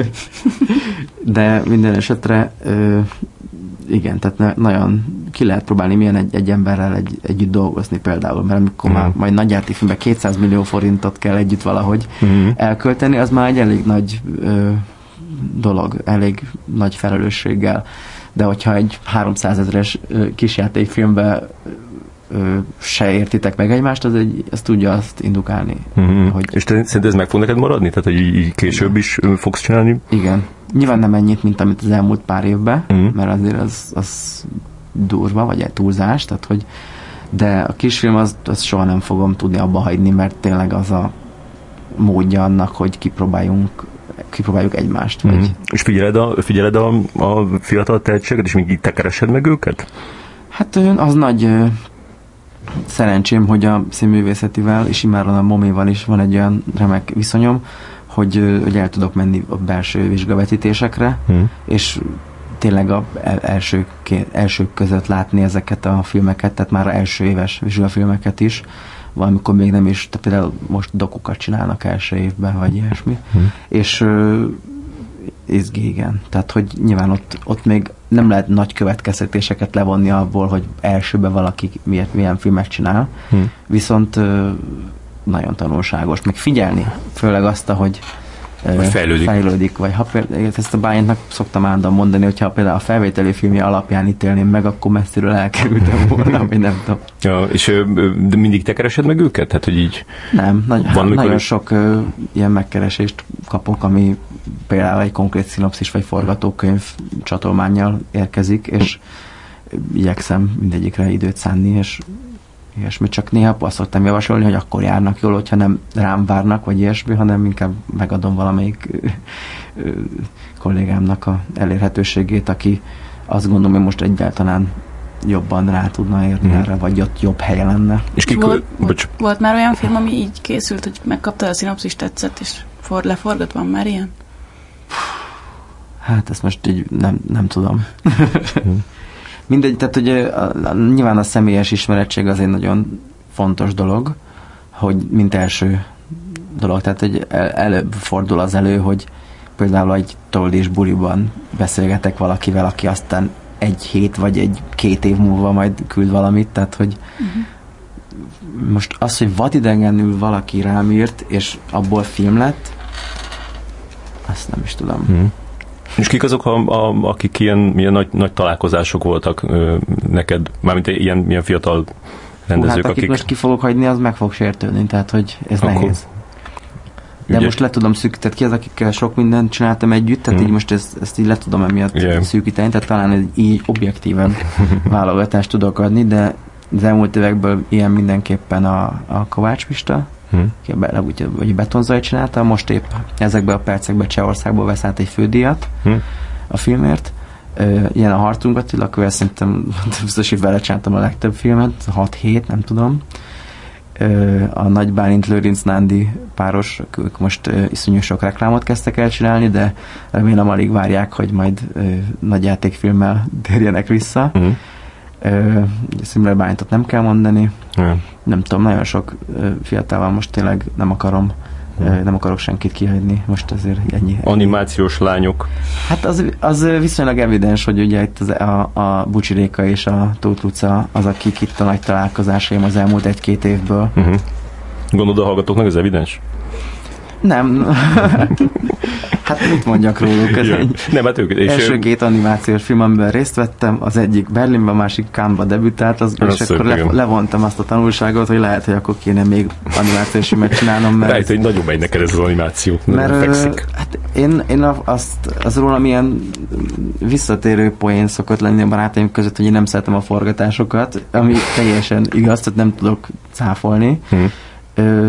de minden esetre igen, tehát nagyon ki lehet próbálni milyen egy, egy emberrel egy, együtt dolgozni például, mert amikor mm. már majd nagyjátékfilmben kétszáz millió forintot kell együtt valahogy mm. elkölteni, az már egy elég nagy ö, dolog, elég nagy felelősséggel. De hogyha egy háromszázezres kisjátékfilmben ö, se értitek meg egymást, az, egy, az tudja azt indukálni. Mm-hmm. Hogy... És te szerinted ez meg fog neked maradni? Tehát, hogy így később is fogsz csinálni? Igen. Nyilván nem ennyit, mint amit az elmúlt pár évben, mm. mert azért az, az durva, vagy egy túlzás, tehát hogy de a kisfilm az, az soha nem fogom tudni abba hagyni, mert tényleg az a módja annak, hogy kipróbáljunk kipróbáljuk egymást. Mm. Vagy... És figyeled a, figyeled a, a fiatal tehetséget, és még te keresed meg őket? Hát az nagy ö, szerencsém, hogy a színművészetivel, és immáron a Moméval is van egy olyan remek viszonyom, hogy, hogy el tudok menni a belső vizsgavetítésekre, hmm. és tényleg a első, elsők között látni ezeket a filmeket, tehát már az első éves vizsgafilmeket is, valamikor még nem is, tehát például most dokukat csinálnak első évben, vagy ilyesmi, hmm. és uh, izgi, igen. Tehát, hogy nyilván ott, ott még nem lehet nagy következtetéseket levonni abból, hogy elsőben valaki miért, milyen filmet csinál, hmm. viszont uh, nagyon tanulságos, meg figyelni, főleg azt, hogy fejlődik. fejlődik, vagy ha például, ezt a Bryantnak szoktam állandóan mondani, hogyha például a felvételi filmje alapján ítélném meg, akkor messziről elkerültem volna, vagy nem tudom. Ja, és de mindig te keresed meg őket? Tehát, hogy így... Nem, nagy, hát, nagyon is... sok ö, ilyen megkeresést kapok, ami például egy konkrét szinopszis vagy forgatókönyv csatolmánnyal érkezik, és igyekszem mindegyikre időt szánni, és ilyesmi, csak néha azt szoktam javasolni, hogy akkor járnak jól, hogyha nem rám várnak, vagy ilyesmi, hanem inkább megadom valamelyik ö, ö, kollégámnak a elérhetőségét, aki azt gondolom, hogy most egyáltalán jobban rá tudna érni mm. erre, vagy ott jobb helye lenne. És kik, volt, volt, volt már olyan film, ami így készült, hogy megkapta a szinopszis, tetszett, és for, leforgat, van már ilyen? Hát ezt most így nem, nem tudom. Mindegy, tehát ugye a, a, nyilván a személyes ismerettség az egy nagyon fontos dolog, hogy mint első dolog, tehát hogy el, előbb fordul az elő, hogy például egy toldés buliban beszélgetek valakivel, aki aztán egy hét vagy egy két év múlva majd küld valamit, tehát hogy uh-huh. most az, hogy vadidegenül valaki rám írt, és abból film lett, azt nem is tudom. Uh-huh. És kik azok, a, a, akik ilyen, ilyen nagy, nagy találkozások voltak ö, neked, mármint ilyen, ilyen fiatal rendezők, hát, akik... akik most ki fogok hagyni, az meg fog sértődni, tehát hogy ez akkor nehéz. De ügyes. Most le tudom szűkíteni, ki az, akikkel sok mindent csináltam együtt, tehát hmm. így most ezt, ezt így le tudom emiatt yeah. szűkíteni, tehát talán egy így objektíven válogatást tudok adni, de az elmúlt évekből ilyen mindenképpen a, a Kovács Pista, hmm. ki a Betonzaj csinálta, most épp ezekben a percekben Csehországból vesz át egy fődíjat hmm. a filmért. Uh, ilyen a Hartung Attila, akivel szerintem biztos, hogy vele csináltam a legtöbb filmet, hat-hét, nem tudom. Uh, a Nagy Bálint Lőrinc Nándi páros, ők most uh, iszonyú sok reklámot kezdtek el csinálni, de remélem alig várják, hogy majd uh, nagy játékfilmmel térjenek vissza. Mm. Uh, Szimler Bálintot nem kell mondani. Mm. Nem tudom, nagyon sok uh, fiatal van, most tényleg nem akarom mm. uh, nem akarok senkit kihagyni, most azért ennyi. Animációs lányok. Hát az, az viszonylag evidens, hogy ugye itt az, a, a Bucsi Réka és a Tóth Luca az, akik itt a nagy találkozásaim az elmúlt egy-két évből. Uh-huh. Gondolod, a hallgatóknak ez evidens? Nem. Hát mit mondjak róluk? Ez egy nem, hát ők, és első két animációs film, amiben részt vettem, az egyik Berlinben, a másik Cannes-ba debütált, az, és szép, akkor le, levontam azt a tanulságot, hogy lehet, hogy akkor kéne még animációs filmet csinálnom. Mert lehet, hogy nagyon megy neked ez az animáció. Mert hát én, én azt, az rólam ilyen visszatérő poén szokott lenni a barátaim között, hogy én nem szeretem a forgatásokat, ami teljesen igaz, tehát nem tudok cáfolni. Hmm. Ö,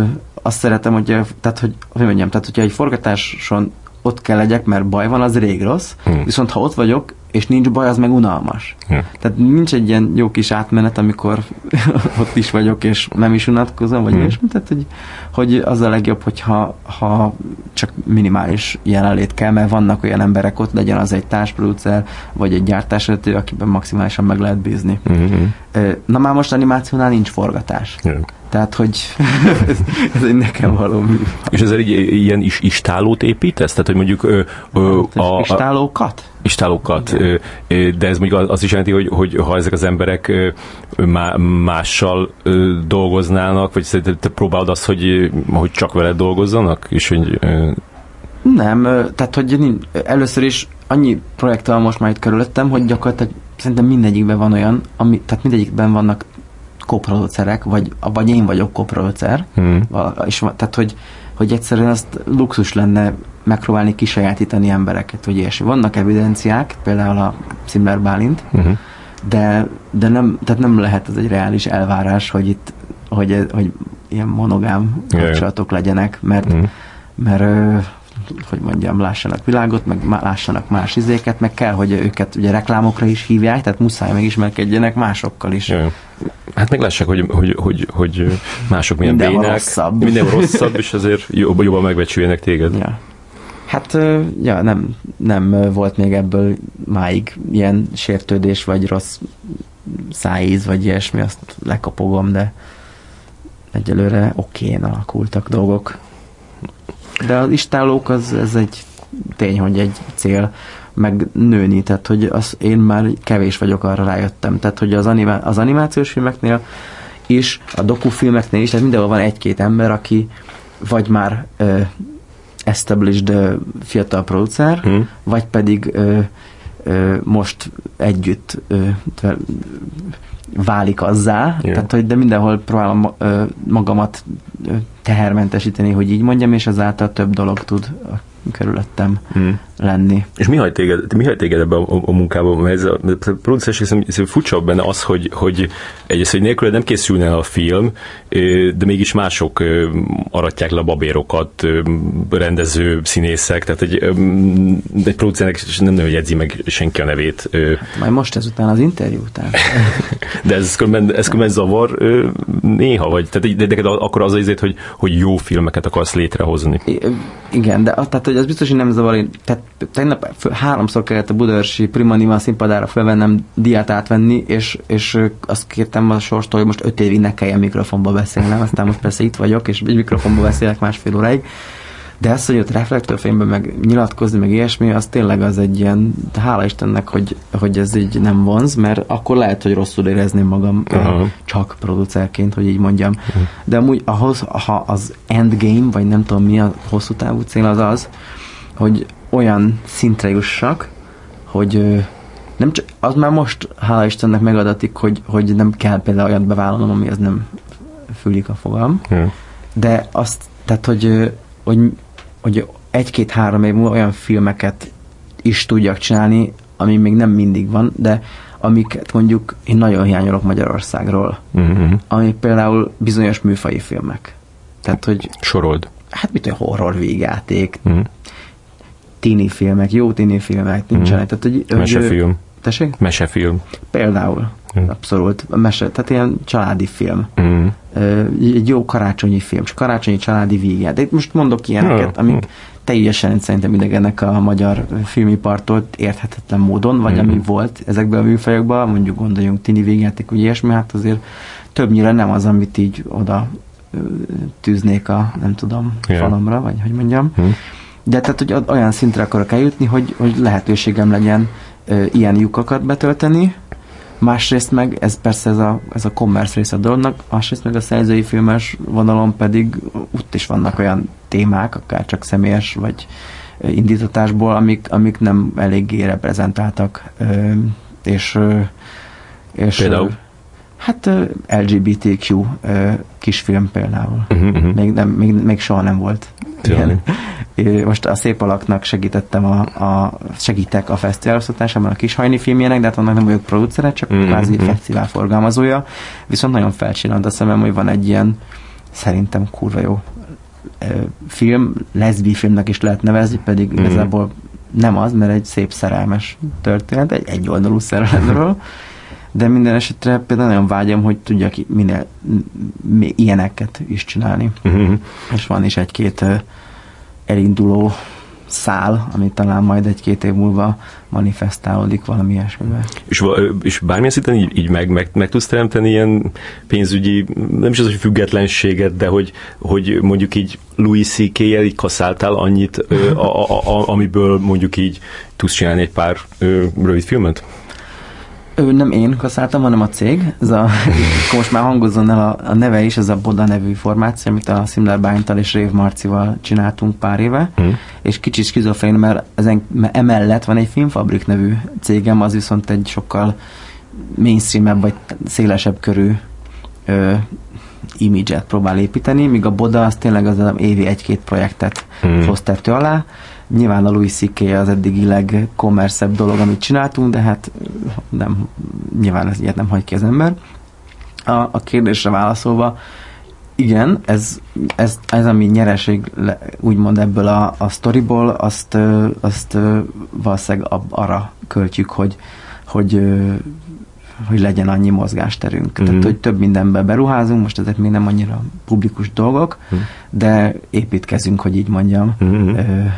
azt szeretem, hogy, tehát, hogy, hogy mondjam, tehát, hogyha egy forgatáson ott kell legyek, mert baj van, az rég rossz, hmm. viszont ha ott vagyok, és nincs baj, az meg unalmas. Hmm. Tehát nincs egy ilyen jó kis átmenet, amikor ott is vagyok, és nem is unatkozom, vagy hmm. ilyesmi. Tehát, hogy, hogy az a legjobb, hogyha ha csak minimális jelenlét kell, mert vannak olyan emberek ott, legyen az egy társproducer, vagy egy gyártásvezető, akiben maximálisan meg lehet bízni. Hmm. Na már most animációnál nincs forgatás. Hmm. Tehát, hogy ez, ez egy nekem való műfaj. És ezzel így, ilyen is istálót építesz? Tehát, hogy mondjuk... Ö, ö, a, istálókat? Istálókat. Ö, ö, de ez mondjuk az is jelenti, hogy, hogy ha ezek az emberek ö, má, mással ö, dolgoznának, vagy te, te próbálod azt, hogy, hogy csak veled dolgozzanak? És hogy... Ö... Nem, tehát, hogy először is annyi projekttel most már itt körülöttem, hogy gyakorlatilag szerintem mindegyikben van olyan, ami, tehát mindegyikben vannak koproducerek, vagy, vagy én vagyok koproducer, hmm. és tehát, hogy, hogy egyszerűen azt luxus lenne megpróbálni kisajátítani embereket, vagy ilyesmi. Vannak evidenciák, például a Szimler Bálint, hmm. de, de nem, tehát nem lehet ez egy reális elvárás, hogy itt, hogy, hogy ilyen monogám kapcsolatok legyenek, mert, hmm. mert hogy mondjam, lássanak világot, meg lássanak más izéket, meg kell, hogy őket ugye reklámokra is hívják, tehát muszáj megismerkedjenek másokkal is. Jaj. Hát meglássák, hogy, hogy, hogy, hogy mások milyen minden bénák. Rosszabb. Minden rosszabb, és azért jobban, jobban megbecsüljenek téged. Ja. Hát, ja, nem, nem volt még ebből máig ilyen sértődés, vagy rossz szájíz, vagy ilyesmi, azt lekapogom, de egyelőre okén alakultak dolgok. De az istálók, az, ez egy tény, hogy egy cél meg nőni, tehát hogy az, én már kevés vagyok, arra rájöttem. Tehát, hogy az, animá- az animációs filmeknél is, a dokufilmeknél is, tehát mindenhol van egy-két ember, aki vagy már uh, established uh, fiatal producer, hmm. vagy pedig uh, uh, most együtt uh, válik azzá, yeah. tehát, hogy de mindenhol próbálom uh, magamat uh, tehermentesíteni, hogy így mondjam, és ezáltal több dolog tud körülöttem hmm. lenni. És mi hagy téged, mi hagy téged ebbe a, a munkában? Mert ez a, a producerség furcsa benne az, hogy, hogy egyrészt, hogy nélküled nem készülne el a film, de mégis mások aratják le a babérokat, rendező, színészek, tehát egy, egy producernek nem nagyon jegyzi meg senki a nevét. Hát majd most ezután az interjú után. De ez különben, ez különben zavar néha, vagy tehát de, de, de akkor az azért, hogy, hogy jó filmeket akarsz létrehozni. I, igen, de tehát, hogy az biztos, hogy nem zavar. Tehát tegnap háromszor kellett a budaörsi Primanima színpadára felvennem, diát átvenni, és, és azt kértem a sorstól, hogy most öt évig ne kelljen mikrofonba beszélnem, aztán most persze itt vagyok, és egy mikrofonba beszélek másfél óráig. De ezt, hogy ott reflektorfényben meg nyilatkozni, meg ilyesmi, az tényleg az egy ilyen, hála Istennek, hogy, hogy ez így nem vonz, mert akkor lehet, hogy rosszul érezném magam uh-huh. csak producerként, hogy így mondjam. Uh-huh. De amúgy ahhoz, ha az endgame, vagy nem tudom mi a hosszú távú cél, az az, hogy olyan szintre jussak, hogy nem csak, az már most, hála Istennek megadatik, hogy, hogy nem kell például olyat bevállalnom, ami az nem fülik a fogam. Uh-huh. De azt, tehát, hogy, hogy hogy egy-két-három év múlva olyan filmeket is tudjak csinálni, ami még nem mindig van, de amiket mondjuk én nagyon hiányolok Magyarországról. Uh-huh. Ami például bizonyos műfaji filmek. Tehát, hogy... Sorold. Hát mit olyan horror végjáték, uh-huh. tini filmek, jó tini filmek, nincsenek. Uh-huh. Tehát, hogy, mesefilm. Tessék? Mesefilm. Például. Uh-huh. Abszolút. Mese, tehát ilyen családi film. Uh-huh. Egy jó karácsonyi film, csak karácsonyi családi vígjáték. De itt most mondok ilyeneket, uh-huh. amik teljesen szerintem idegenek a magyar filmipartól érthetetlen módon, vagy uh-huh. ami volt ezekben a műfajokban, mondjuk gondoljunk tini vígjáték, úgy ilyesmi, hát azért többnyire nem az, amit így oda tűznék a, nem tudom, yeah. falamra, vagy hogy mondjam. Uh-huh. De tehát, hogy olyan szintre akarok eljutni, hogy, hogy lehetőségem legyen ö, ilyen lyukakat betölteni, másrészt meg, ez persze ez a, ez a commerce része a dolognak, másrészt meg a szerzői filmes vonalon pedig ott is vannak olyan témák, akár csak személyes vagy indítatásból, amik, amik nem eléggé reprezentáltak. Ö, és, és például? Hát el gé bé té kú kisfilm például. Uh-huh, uh-huh. Még, nem, még, még soha nem volt. Most a Szép Alaknak segítettem a, a segítek a fesztiválosztatásában a Kishajni filmjének, de hát annak nem vagyok producere, csak uh-huh, kvázi uh-huh. fesztivál forgalmazója. Viszont nagyon felcsillant a szemem, hogy van egy ilyen szerintem kurva jó film, leszbi filmnek is lehet nevezni, pedig mm. igazából nem az, mert egy szép szerelmes történet, egy egyoldalú szerelemről, de minden esetre például nagyon vágyom, hogy tudjak minél ilyeneket is csinálni. Mm-hmm. És van is egy-két elinduló szál, ami talán majd egy-két év múlva manifestálódik valami ilyesmivel. És, és bármilyen szinten így, így meg, meg, meg tudsz teremteni ilyen pénzügyi, nem is az, hogy függetlenséget, de hogy, hogy mondjuk így Louis C K-jel így kaszáltál annyit, a, a, a, amiből mondjuk így tudsz csinálni egy pár rövid filmet? Ő nem én kaszáltam, hanem a cég. Ez a, most már hangozzon el a, a neve is, ez a Boda nevű formáció, amit a Szimler Bálinttal és Rév Marcival csináltunk pár éve, mm. és kicsit skizofrén, mert, ezen, mert emellett van egy Filmfabrik nevű cégem, az viszont egy sokkal mainstreamebb vagy szélesebb körű ö, image-et próbál építeni, míg a Boda az tényleg az évi egy-két projektet mm. hoz tető alá. Nyilván a Louis C K az eddigi legkommerszebb dolog, amit csináltunk, de hát nem, nyilván ez ilyet nem hagy ki az ember. A, a kérdésre válaszolva, igen, ez, ez, ez ami nyereség úgymond ebből a, a sztoriból, azt, azt valószínűleg arra költjük, hogy, hogy, hogy legyen annyi mozgásterünk. Mm-hmm. Tehát, hogy több mindenbe beruházunk, most ezek még nem annyira publikus dolgok, mm. de építkezünk, hogy így mondjam, mm-hmm.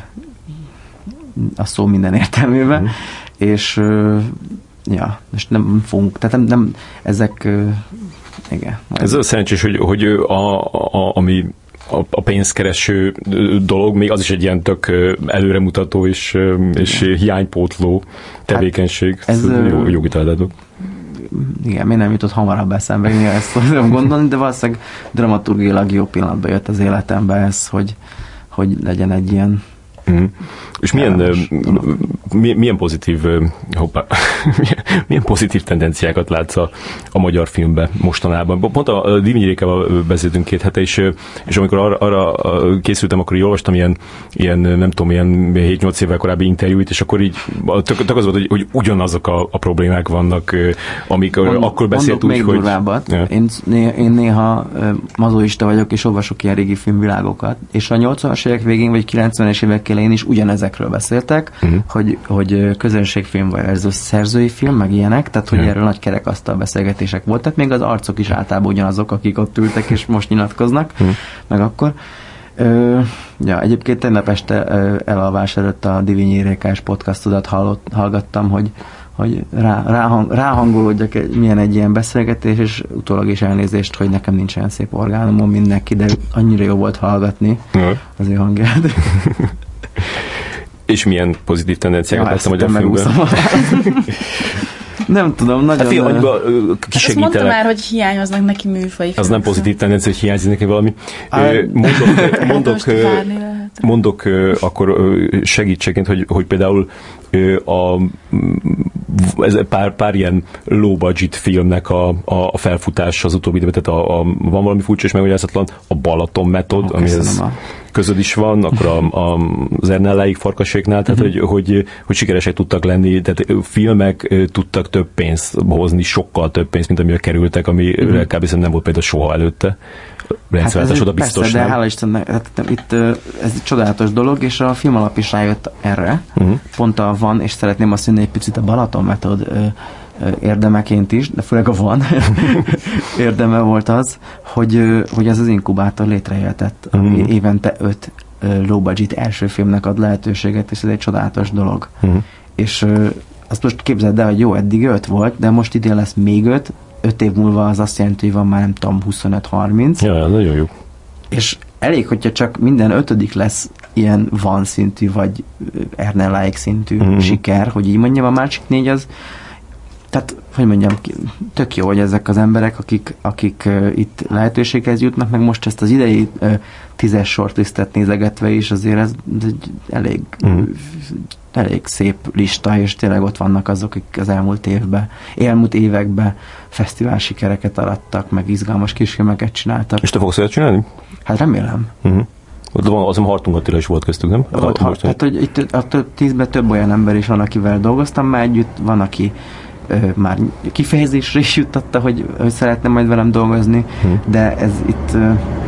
a szó minden értelmében, mm. és ja, most nem fogunk, tehát nem, nem ezek igen. Ez az szerencsés, hogy, hogy a, a, ami a, a pénzkereső dolog, még az is egy ilyen tök előremutató és, és hiánypótló tevékenység. Hát ez jó, jó kitaláltatok. Igen, még nem jutott hamarabb eszembe, én ezt tudom gondolni, de valószínűleg dramaturgiailag jó pillanatban jött az életembe ez, hogy, hogy legyen egy ilyen Mm. És milyen, milyen, milyen pozitív hoppá, milyen pozitív tendenciákat látsz a, a magyar filmben mostanában? Pont a Divinyi Rékával beszéltünk két hete, és, és amikor arra, arra készültem, akkor így olvastam ilyen, ilyen nem tudom, ilyen hét-nyolc évvel korábbi interjúit, és akkor így tök, tök az volt, hogy, hogy ugyanazok a, a problémák vannak, amik Mond, akkor beszélt úgy, még hogy... durvábbat. Ja. Én, én néha mazoista vagyok, és olvasok ilyen régi filmvilágokat, és a nyolcvanas évek végén, vagy kilencvenes évek elején is ugyanezekről beszéltek, uh-huh. hogy, hogy közönségfilm versus szerzői film, meg ilyenek, tehát hogy uh-huh. erről nagy kerekasztal beszélgetések voltak, még az arcok is általában ugyanazok, akik ott ültek és most nyilatkoznak, uh-huh. meg akkor. Ö, ja, egyébként tegnap este ö, elalvás előtt a Divinyi Rékás podcastodat hallott, hallgattam, hogy, hogy rá, ráhang, ráhangolódjak, egy, milyen egy ilyen beszélgetés, és utólag is elnézést, hogy nekem nincs olyan szép orgánumom, mint neki, de annyira jó volt hallgatni uh-huh. az ő hangját. És milyen pozitív tendenciákat láttam, hogy a filmben? Nem tudom, nagyon... Hát fél, annyiba kisegítelek. Azt mondta már, hogy hiányoznak neki műfajik. Az nem pozitív tendencia, hogy hiányzik neki valami. Mondok, mondok, mondok akkor segítségként, hogy, hogy például a, ez pár, pár ilyen low budget filmnek a, a felfutás az utóbbi időben, tehát a, a, van valami furcsa és megmagyarázatlan, a Balaton Metod, oh, amihez a... közöd is van, akkor a, a, az Ernelláig Farkaséknál, tehát uh-huh. hogy, hogy, hogy sikeresek tudtak lenni, tehát filmek tudtak több pénzt hozni, sokkal több pénzt, mint amivel kerültek, amire uh-huh. kb. Nem volt például soha előtte. Hát ez oda biztos persze, nem. De hála Istennek, hát itt ez egy csodálatos dolog, és a film alap is rájött erre. Uh-huh. Pont a van, és szeretném azt mondani egy picit a Balaton Metod érdemeként is, de főleg a van érdeme volt az, hogy, hogy ez az inkubátor létrejöhetett, ami uh-huh. évente öt low budget első filmnek ad lehetőséget, és ez egy csodálatos dolog. Uh-huh. És azt most képzeld el, hogy jó, eddig öt volt, de most idén lesz még öt, öt év múlva az azt jelenti, hogy van már nem tudom, huszonöt-harminc. Ja, nagyon jó. És elég, hogyha csak minden ötödik lesz ilyen van szintű, vagy Ernelláig szintű mm-hmm. siker, hogy így mondjam, a másik négy az, tehát, hogy mondjam, tök jó, hogy ezek az emberek, akik, akik uh, itt lehetőséghez jutnak, meg most ezt az idei uh, tízes shortlistet nézegetve is, azért ez, ez egy elég mm. elég szép lista, és tényleg ott vannak azok, akik az elmúlt évben, elmúlt években fesztivál sikereket arattak, meg izgalmas kisfilmeket csináltak. És te fogsz olyat csinálni? Hát remélem. Uh-huh. Az a Hartung Attila is volt köztük, nem? Volt, ha, hát, hogy itt a tízben több olyan ember is van, akivel dolgoztam már együtt, van, aki ö, már kifejezésre is juttatta, hogy, hogy szeretne majd velem dolgozni, uh-huh. de ez itt ö,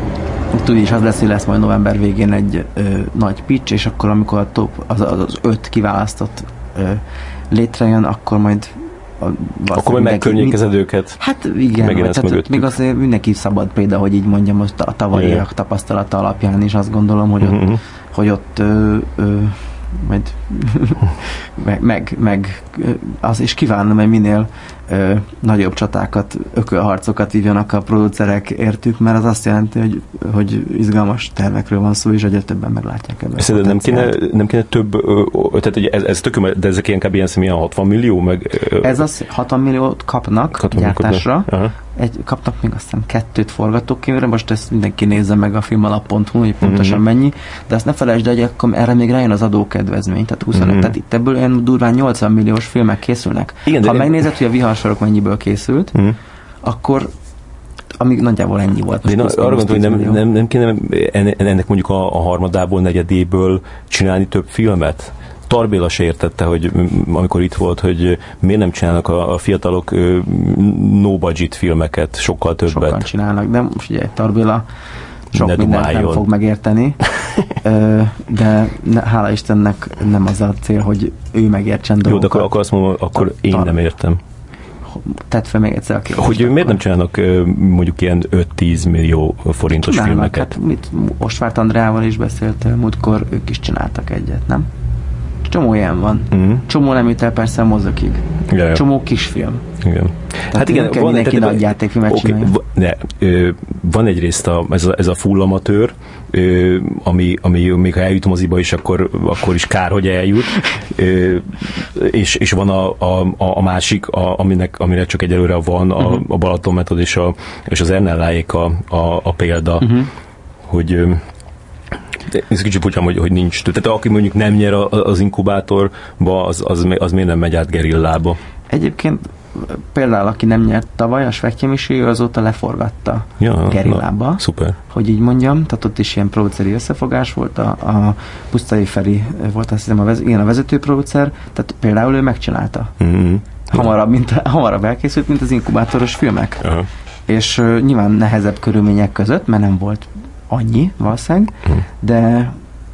tudj is az lesz, hogy lesz majd november végén egy ö, nagy pitch, és akkor amikor a top, az, az, az öt kiválasztott ö, létrejön, akkor majd a, akkor majd megkörnyékezed őket. Hát igen, vagy, tehát még azért mindenki szabad például, hogy így mondjam, most a tavalyiak tapasztalata alapján is azt gondolom, hogy ott, uh-huh. hogy ott ö, ö, majd meg, meg, meg az is kívánom, hogy minél ö, nagyobb csatákat, ökölharcokat vívjanak a producerek értük, mert az azt jelenti, hogy, hogy izgalmas tervekről van szó, és egyre többen meglátják ebben. Szerintem nem kéne, nem kéne több, ö, tehát hogy ez, ez tökéletes, de ezek inkább ilyen személyen hatvan millió, meg... Ö, ez az hatvan milliót kapnak hatvan gyártásra, kapnak. Egy, kapnak még azt hiszem kettőt forgatókönyvre, most ezt mindenki nézze meg a filmalap pont hu, hogy pontosan mm-hmm. mennyi, de azt ne felejtsd, hogy akkor erre még rájön az adókedvezmény, tehát huszonöt, mm-hmm. tehát itt ebből ilyen durván nyolcvan milliós filmek készülnek. Igen, ha megnézed, én... hogy a Viharsorok mennyiből készült, mm-hmm. akkor amíg nagyjából ennyi volt. De én arra gondolom, hogy nem, nem, nem kéne ennek mondjuk a, a harmadából, negyedéből csinálni több filmet? Tarbéla se értette, hogy amikor itt volt, hogy miért nem csinálnak a, a fiatalok no-budget filmeket, sokkal többet. Sokan csinálnak, de most ugye Tarbéla sok mindent nem fog megérteni, de hála Istennek nem az a cél, hogy ő megértsen dolgokat. Jó, de akkor azt mondom, akkor én nem értem. Tedd fel még egyszer a kérdést. Hogy miért nem csinálnak mondjuk ilyen öt-tíz millió forintos csinálnak, filmeket? Hát, mit, Ostvárt Andreával is beszéltél, múltkor ők is csináltak egyet, nem? Csomó ilyen van. Mm. Csomó nem jut el persze a mozokig. Ja, csomó kisfilm. Igen. Tehát hát igen, kell van, mindenki nagy játékfilmet okay, csinálja. De, ö, van egyrészt a, ez, a, ez a full amatőr, ö, ami, ami még ha eljut moziba is, akkor, akkor is kár, hogy eljut. Ö, és, és van a, a, a másik, a, aminek, amire csak egyelőre van, a, uh-huh. a Balaton Metod és, a, és az Ernelláék a, a, a példa, uh-huh. hogy ö, ez kicsit pucsám, hogy, hogy nincs. Tehát aki mondjuk nem nyer az inkubátorba, az, az, az miért nem megy át gerillába? Egyébként például, aki nem nyert tavaly, a Svektyemisi, azóta leforgatta ja, gerillába. Na, szuper. Hogy így mondjam, tehát ott is ilyen produceri összefogás volt, a, a Pusztai Feri volt azt hiszem a, vez, igen, a vezető producer, tehát például ő megcsinálta. Mm-hmm. Hamarabb, mint, hamarabb elkészült, mint az inkubátoros filmek. Uh-huh. És uh, nyilván nehezebb körülmények között, mert nem volt annyi, valószínűleg, uh-huh. de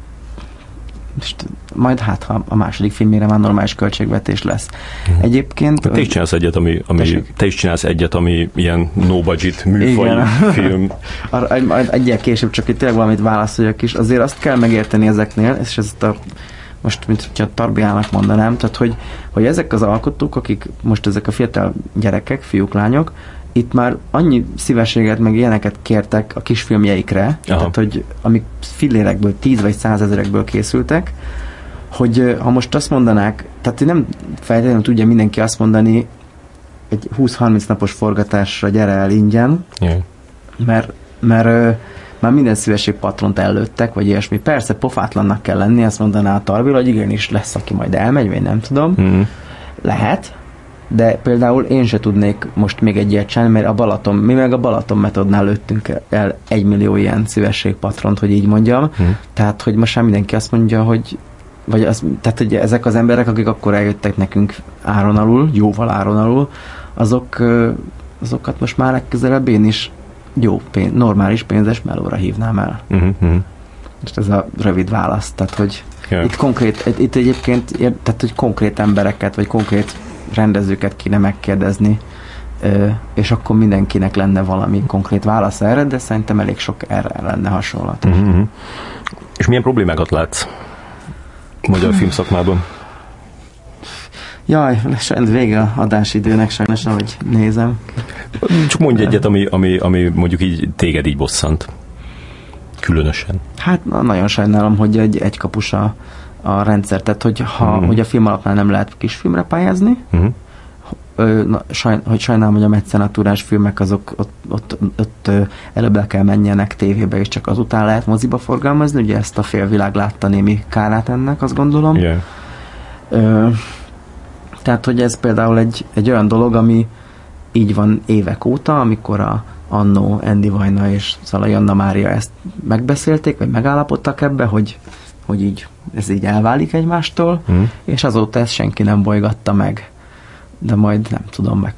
most majd hát, ha a második filmére már normális költségvetés lesz. Uh-huh. Egyébként... Te is csinálsz egyet, ami, ami te is csinálsz egyet, ami ilyen no-budget műfaj film. Egyel később csak itt tényleg valamit válaszoljak is. Azért azt kell megérteni ezeknél, és ezt a most, mint hogyha Tarbiának mondanám, tehát, hogy, hogy ezek az alkotók, akik most ezek a fiatal gyerekek, fiúk, lányok, itt már annyi szívességet, meg ilyeneket kértek a kisfilmjeikre, aha. tehát, hogy amik fillérekből, tíz vagy százezerekből készültek, hogy ha most azt mondanák, tehát nem feltétlenül tudja mindenki azt mondani, egy húsz-harminc napos forgatásra gyere el ingyen, yeah. mert, mert már minden szívesség patront előttek, vagy ilyesmi. Persze pofátlannak kell lenni, azt mondaná a Tarbéla, hogy igenis lesz, aki majd elmegy, vagy nem tudom. Mm. Lehet, de például én se tudnék most még egy ilyet csinálni, mert a Balaton, mi meg a Balaton Metodnál lőttünk el egy millió ilyen szívesség patront, hogy így mondjam. Mm. Tehát, hogy most már mindenki azt mondja, hogy vagy az, tehát, hogy ezek az emberek, akik akkor eljöttek nekünk áron alul, jóval áron alul, azok, azokat most már legközelebb én is jó, pénz, normális pénzes melóra hívnám el. Uh-huh. Most ez a rövid válasz, tehát, hogy yeah. itt konkrét, itt egyébként, tehát, hogy konkrét embereket, vagy konkrét rendezőket kéne megkérdezni, és akkor mindenkinek lenne valami konkrét válasz erre, de szerintem elég sok erre lenne hasonlatos. Uh-huh. És milyen problémákat látsz magyar hmm. filmszakmában? Jaj, sajnos vége a adásidőnek, sajnos, ahogy nézem. Csak mondj egyet, ami, ami, ami mondjuk így téged így bosszant. Különösen. Hát na, nagyon sajnálom, hogy egy, egy kapus a, a rendszer, tehát hogy, ha, mm-hmm. hogy a film alapnál nem lehet kisfilmre pályázni, mm-hmm. ö, na, saj, hogy sajnálom, hogy a mecenatúrás filmek azok ott, ott, ott előbb el kell menjenek tévébe, és csak azután lehet moziba forgalmazni, ugye ezt a félvilág látta némi kárát ennek, azt gondolom. Yeah. Ö, Tehát, hogy ez például egy, egy olyan dolog, ami így van évek óta, amikor a annó Andy Vajna és Szalai Anna Mária ezt megbeszélték, vagy megállapodtak ebbe, hogy, hogy így, ez így elválik egymástól, mm. és azóta ezt senki nem bolygatta meg. de majd nem tudom, meg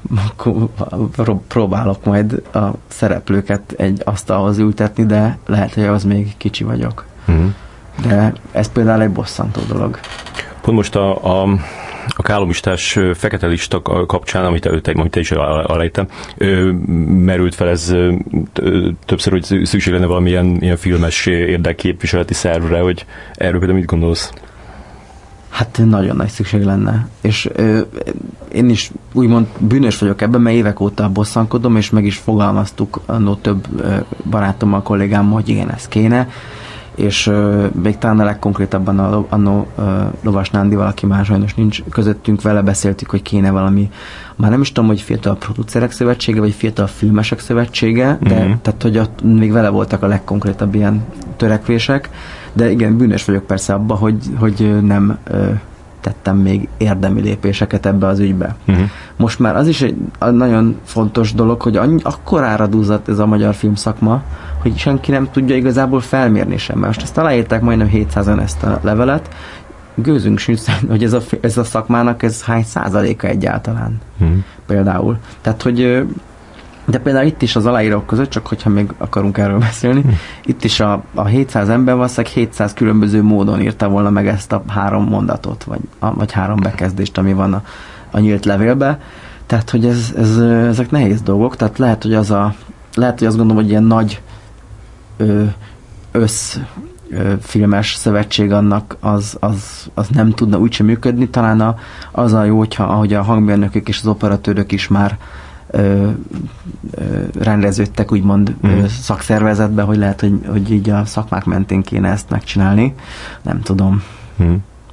próbálok majd a szereplőket egy asztalhoz ültetni, de lehet, hogy az még kicsi vagyok. Uh-huh. De ez például egy bosszantó dolog. Pont most a, a, a kálomistás fekete lista kapcsán, amit, amit te is aláírtam, merült fel ez többször, hogy szükség lenne valamilyen ilyen filmes érdekképviseleti szervre, hogy erről például mit gondolsz? Hát nagyon nagy szükség lenne. És ö, én is úgymond bűnös vagyok ebben, mert évek óta bosszankodom, és meg is fogalmaztuk annó több ö, barátommal, kollégámmal, hogy igen, ez kéne. És ö, még talán a legkonkrétabban annó Lovas Nándival, aki már sajnos nincs közöttünk, vele beszéltük, hogy kéne valami, már nem is tudom, hogy Fiatal Producerek Szövetsége, vagy Fiatal Filmesek Szövetsége, de mm-hmm. tehát, hogy ott még vele voltak a legkonkrétabb ilyen törekvések, de igen, bűnös vagyok persze abba, hogy, hogy nem ö, tettem még érdemi lépéseket ebbe az ügybe. Uh-huh. Most már az is egy nagyon fontos dolog, hogy annyi, akkorára duzzadt ez a magyar filmszakma, hogy senki nem tudja igazából felmérni sem. Mert most ezt aláírták majdnem hétszázan ezt a levelet, gőzünk sincs, hogy ez a, ez a szakmának ez hány százaléka egyáltalán. Uh-huh. Például. Tehát, hogy de például itt is az aláírók között, csak hogyha még akarunk erről beszélni, hm. itt is a, a hétszáz ember valószínűleg hétszáz különböző módon írta volna meg ezt a három mondatot, vagy, a, vagy három bekezdést, ami van a, a nyílt levélbe. Tehát, hogy ez, ez, ezek nehéz dolgok, tehát lehet, hogy az a, lehet, hogy azt gondolom, hogy ilyen nagy ö, össz ö, filmes szövetség annak az, az, az nem tudna úgysem működni, talán a, az a jó, hogyha ahogy a hangmérnökök és az operatőrök is már Ö, ö, rendeződtek úgymond mm. ö, szakszervezetbe, hogy lehet, hogy, hogy így a szakmák mentén kéne ezt megcsinálni. Nem tudom. Mm.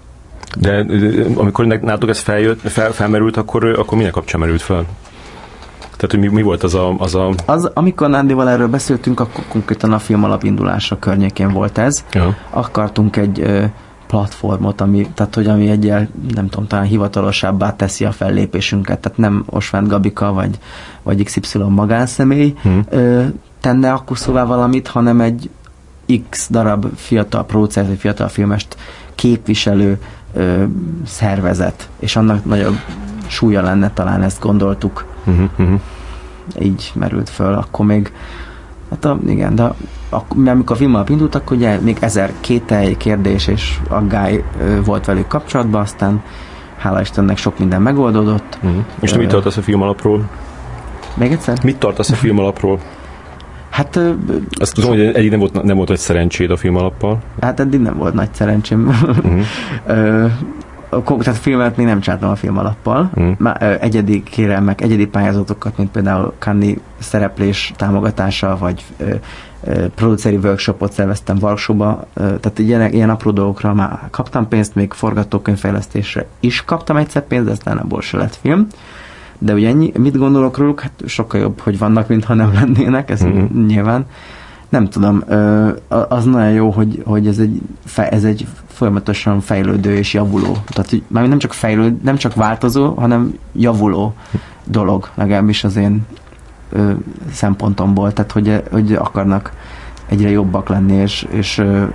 De amikor nálatok ez feljött, fel, felmerült, akkor, akkor minek kapcsán merült fel? Tehát, hogy mi, mi volt az a, az a... Az, amikor Nándival erről beszéltünk, akkor konkrétan a film alapindulása környékén volt ez. Ja. Akartunk egy ö, platformot, ami, tehát hogy ami egyel, nem tudom, talán hivatalosabbá teszi a fellépésünket, tehát nem Osváth Gabika vagy, vagy iksz ipszilon magánszemély hmm. ö, tenne akkor szóval valamit, hanem egy X darab fiatal producer, vagy fiatal filmest képviselő ö, szervezet, és annak nagyobb súlya lenne, talán ezt gondoltuk. Hmm. Hmm. Így merült föl, akkor még hát a, igen, de akkor, amikor a film alap indult, akkor ugye még ezer kételj, kérdés és aggály ö, volt velük kapcsolatban, aztán hála Istennek sok minden megoldódott. Mm. És mit tartasz a film alapról? Még egyszer? Mit tartasz a film alapról? Hát... Ö, Azt tudom, hogy eddig nem volt, nem volt egy szerencséd a film alappal. Hát eddig nem volt nagy szerencsém. Mm. ö, tehát filmet még nem csináltam a film alappal. Mm. Már egyedi kérelmek, egyedi pályázatokat, mint például Cannes szereplés támogatása, vagy ö, ö, produceri workshopot szerveztem workshopba, ö, tehát ilyen, ilyen apró dolgokra már kaptam pénzt, még forgatókönyvfejlesztésre is kaptam egyszer pénzt, de aztán abból se lett film. De ugye ennyi, mit gondolok róluk? Hát sokkal jobb, hogy vannak, mintha nem lennének, ez mm. nyilván. Nem tudom, ö, az nagyon jó, hogy, hogy ez, egy, ez egy folyamatosan fejlődő és javuló. Tehát, hogy már nem csak fejlődő, nem csak változó, hanem javuló dolog, legalábbis az én ö, szempontomból. Tehát, hogy, hogy akarnak egyre jobbak lenni, és, és ö,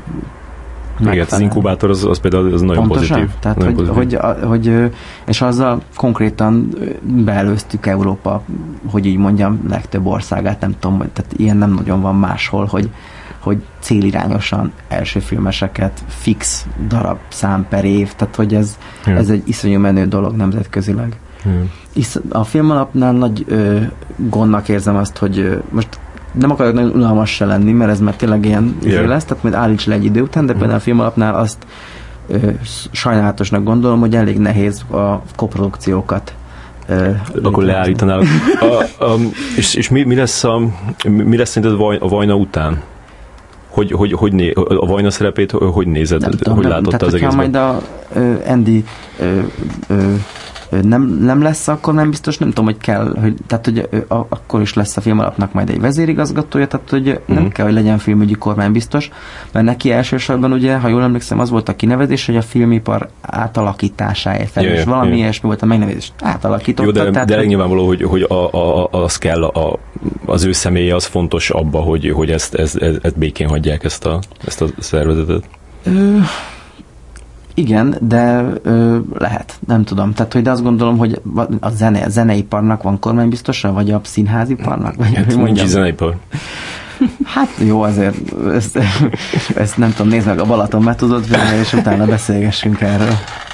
igen, az inkubátor az, az például az nagyon pontosan? Pozitív. Tehát, nagyon hogy, pozitív. Hogy, hogy, és azzal konkrétan beelőztük Európa, hogy így mondjam, legtöbb országát, nem tudom, tehát ilyen nem nagyon van máshol, hogy, hogy célirányosan első filmeseket fix darab szám per év, tehát hogy ez, ez egy iszonyú menő dolog nemzetközileg. Ja. A film alapnál nagy ö, gondnak érzem azt, hogy ö, most nem akarok nagyon unalmas se lenni, mert ez már tényleg ilyen yeah. lesz, tehát majd állíts le egy idő után, de például a film alapnál azt ö, sajnálatosnak gondolom, hogy elég nehéz a koprodukciókat. Ö, Akkor leállítanál. a, a, és és mi, mi lesz a, mi lesz szerinted a Vajna után? Hogy, hogy, hogy né, a Vajna szerepét hogy nézed? Nem tudom, hogy nem, látod tehát, az egészben? majd a ö, Andy ö, ö, Nem, nem lesz, akkor nem biztos, nem tudom, hogy kell, hogy, tehát hogy a, akkor is lesz a film alapnak majd egy vezérigazgatója, tehát hogy uh-huh. nem kell, hogy legyen filmügyi kormány biztos, mert neki elsősorban ugye, ha jól emlékszem, az volt a kinevezés, hogy a filmipar átalakításáért fel, és valami yeah. ilyesmi volt a megnevezés. Átalakította. Jó, de, tehát, de nyilvánvaló, hogy, hogy a, a, az kell, a, az ő személye az fontos abba, hogy, hogy ezt, ezt, ezt békén hagyják ezt a, ezt a szervezetet. Ö, Igen, de ö, lehet, nem tudom. Tehát, hogy de azt gondolom, hogy a, zene, a zeneiparnak van kormánybiztosa, vagy a színháziparnak? Vagy hát nincs zeneipar. Hát jó, azért ezt, ezt nem tudom, nézd meg a Balaton metodot, és utána beszélgessünk erről.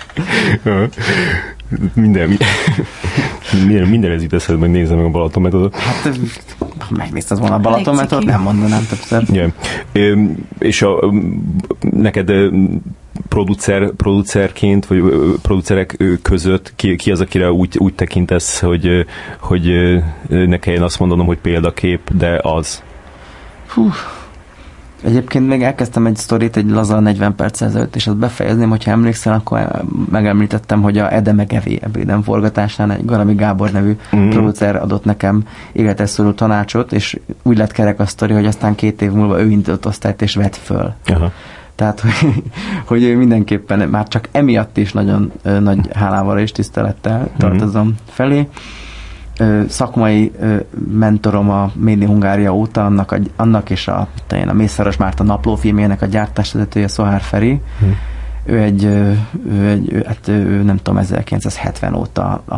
Minden, minden, minden ez itt eszed, meg nézem meg a Balaton metodot. Hát megnézted volna a Balaton metodot, nem mondanám többször. Yeah. És a, neked producer, producerként, vagy producerek között ki, ki az, akire úgy, úgy tekintesz, hogy, hogy ne kelljen azt mondanom, hogy példakép, de az? Hú. Egyébként még elkezdtem egy sztorit egy laza negyven perc ezelőtt, és azt befejezném, hogyha emlékszel, akkor megemlítettem, hogy a Ede meg Evé ebéden forgatásán egy Garami Gábor nevű mm. producer adott nekem életes szóló tanácsot, és úgy lett kerek a sztori, hogy aztán két év múlva ő indított osztályt és vett föl. Aha. Tehát, hogy, hogy ő mindenképpen már csak emiatt is nagyon ö, nagy hálával és tisztelettel tartozom mm. felé. Ö, szakmai ö, mentorom a Made in Hungária óta, annak, a, annak és a, a Mészáros Márta naplófilmjének a gyártásvezetője, Szohár Feri. Hmm. Ő egy, ő, ő egy ő, hát ő, nem tudom, ezerkilencszázhetven óta a,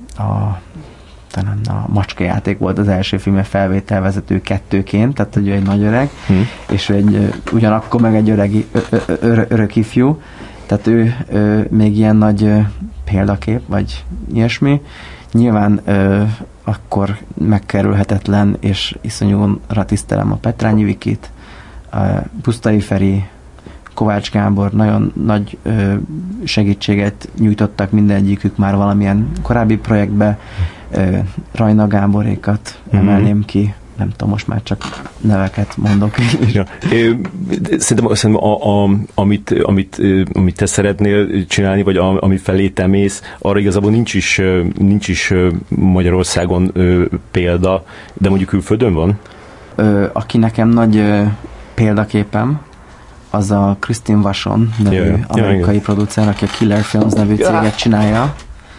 a, talán a Macskajáték volt az első filmje felvételvezető kettőként, tehát hogy ő egy nagy öreg, hmm. és ő egy, ugyanakkor meg egy öregi, ö, ö, ö, örök ifjú, tehát ő ö, még ilyen nagy ö, példakép, vagy ilyesmi. Nyilván ö, akkor megkerülhetetlen, és iszonyúra tisztelem a Petrányi Vikit, a Pusztai Feri, Kovács Gábor, nagyon nagy ö, segítséget nyújtottak mindegyikük már valamilyen korábbi projektbe, ö, Rajna Gáborékat mm-hmm. emelném ki, nem tudom, most már csak neveket mondok. Ja. Szerintem, szerintem a, a, amit, amit, amit te szeretnél csinálni, vagy a, ami felé te mész, arra igazából nincs is, nincs is Magyarországon példa, de mondjuk külföldön van? Ö, aki nekem nagy ö, példaképem, az a Kristin Vachon nevű ja, ja. amerikai ja, producer, aki a Killer Films nevű céget csinálja.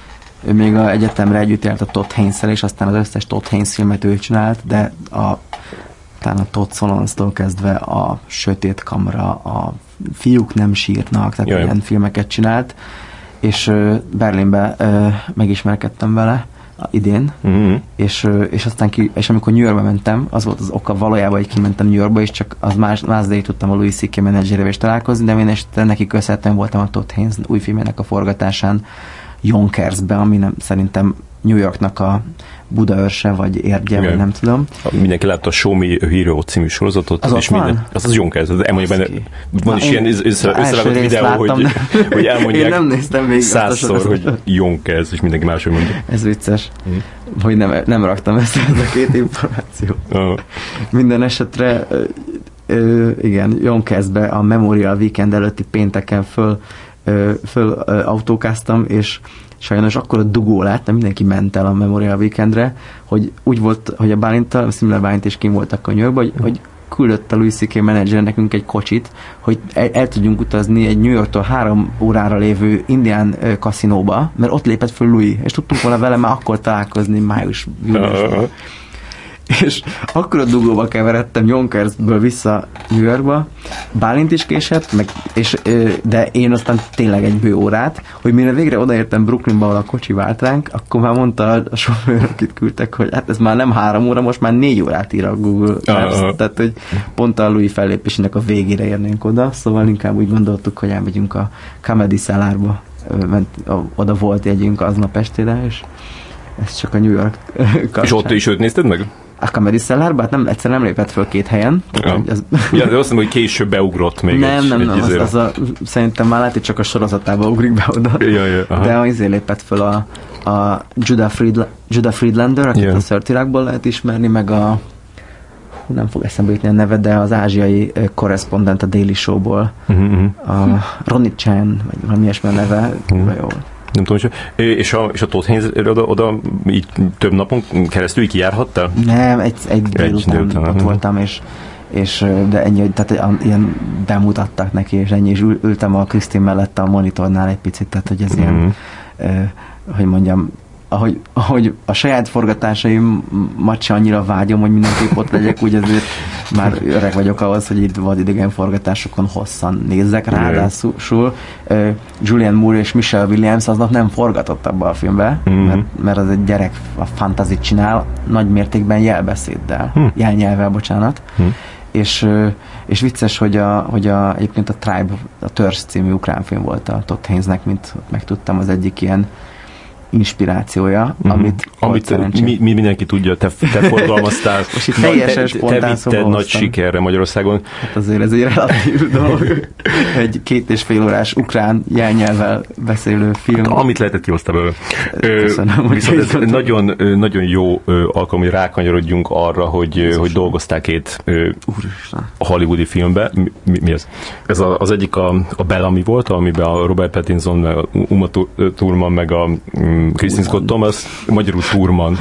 Ő még az egyetemre együtt élt a Todd Haynes-szel, és aztán az összes Todd Haynes filmet ő csinált, de a, talán a Todd Solondz-tól kezdve a Sötét Kamra, a Fiúk nem sírnak, tehát Jaj. ilyen filmeket csinált, és uh, Berlinbe uh, megismerkedtem vele idén, mm-hmm. és, uh, és aztán ki, és amikor New Yorkba mentem, az volt az oka valójában, hogy kimentem New Yorkba, és csak az más, másodéig tudtam a Louis cé ká menedzserével is találkozni, de én és neki köszönhetően voltam a Todd Haynes új filmének a forgatásán, Jonkersbe, ami nem, szerintem New Yorknak a Budaörse, vagy Érgye, vagy nem tudom. Mindenki látta a Show Me a Hero című sorozatot. Az és minden, az az Jonkers, az elmondja benne, van is ilyen összevágott videó, láttam, hogy, hogy elmondják nem néztem végig százszor, hogy Jonkers, és mindenki máshogy mondja. Ez vicces, hmm. hogy nem, nem raktam ezt a két információt. Oh. Minden esetre ö, igen, Jonkersbe a Memorial Weekend előtti pénteken föl föl autókáztam, és sajnos akkor a dugó lett, de mindenki ment el a Memorial Weekendre, hogy úgy volt, hogy a Bálinttal, a Szimler Bálint és kim voltak a New Yorkba, hogy, hogy küldött a Louis cé ká menedzser nekünk egy kocsit, hogy el, el tudjunk utazni egy New Yorktól három órára lévő indián uh, kaszinóba, mert ott lépett föl Louis, és tudtunk volna vele már akkor találkozni május júniusban. És akkor a dugóba keveredtem Jonkersből vissza New Yorkba, Bálint is késett, meg, és, de én aztán tényleg egy bő órát, hogy mire végre odaértem Brooklynba, ahol a kocsi vált ránk, akkor már mondta a sofőr, akit küldtek, hogy hát ez már nem három óra, most már négy órát ír a Google Maps, uh-huh. tehát hogy pont a Louis fellépésének a végére érnénk oda, szóval inkább úgy gondoltuk, hogy elmegyünk a Comedy Cellarba, oda volt jegyünk aznap estére, és ez csak a New York kapcsán. És ott is őt nézted meg? A Comedy Cellarba, hát nem, egyszer nem lépett föl két helyen. Ja, az... ja de azt mondom, hogy később beugrott még nem, egy Nem, nem, egy az, az a, szerintem már lehet, hogy csak a sorozatába ugrik be oda. Ja, ja, de az izé lépett föl a, a Judah, Friedla, Judah Friedlander, akit yeah. a Szörtirákból lehet ismerni, meg a hú, nem fog eszembe jutni a neve, de az ázsiai korrespondent a Daily Show-ból. Uh-huh. A Ronnie Chan, vagy valami ilyesmi a neve. Uh-huh. Jó. Nem tudom, és a, és a Todd Haynes oda, oda így több napon keresztül így kijárhattál? Nem, egy, egy délután, egy délután ott voltam, és, és de ennyi, tehát ilyen bemutattak neki, és ennyi, és ül, ültem a Krisztin mellett a monitornál egy picit, tehát hogy ez mm-hmm. ilyen, eh, hogy mondjam, ahogy, ahogy a saját forgatásaimat se annyira vágyom, hogy mindenképp ott legyek, úgy azért már öreg vagyok ahhoz, hogy itt vadidegen forgatásokon hosszan nézzek. Ráadásul uh, Julianne Moore és Michelle Williams aznap nem forgatott abba a filmbe, mm-hmm. mert, mert az egy gyerek a fantazit csinál, nagy mértékben jelbeszéddel, mm. jelnyelvvel, bocsánat. Mm. És, és vicces, hogy, a, hogy a, egyébként a Tribe, a Törzs című ukrán film volt a Todd Haynesnek, mint megtudtam, az egyik ilyen inspirációja, mm-hmm. amit, amit mi, mi mindenki tudja, te, te forgalmaztál. Most itt teljesen spontán te, te vitted nagy sikerre Magyarországon. Hát azért ez egy relatív dolog. Egy két és fél órás ukrán jelnyelvvel beszélő film. Amit lehetett, kihozta belőle. Köszönöm. Viszont ez nagyon, nagyon jó alkalom, hogy rákanyarodjunk arra, hogy, hogy dolgozták két hollywoodi filmbe. Mi, mi, mi ez? Ez a, az egyik a, a Bellamy volt, amiben a Robert Pattinson, a Uma Thurman, meg a Kristen Scott Thomas, magyarul Thurman.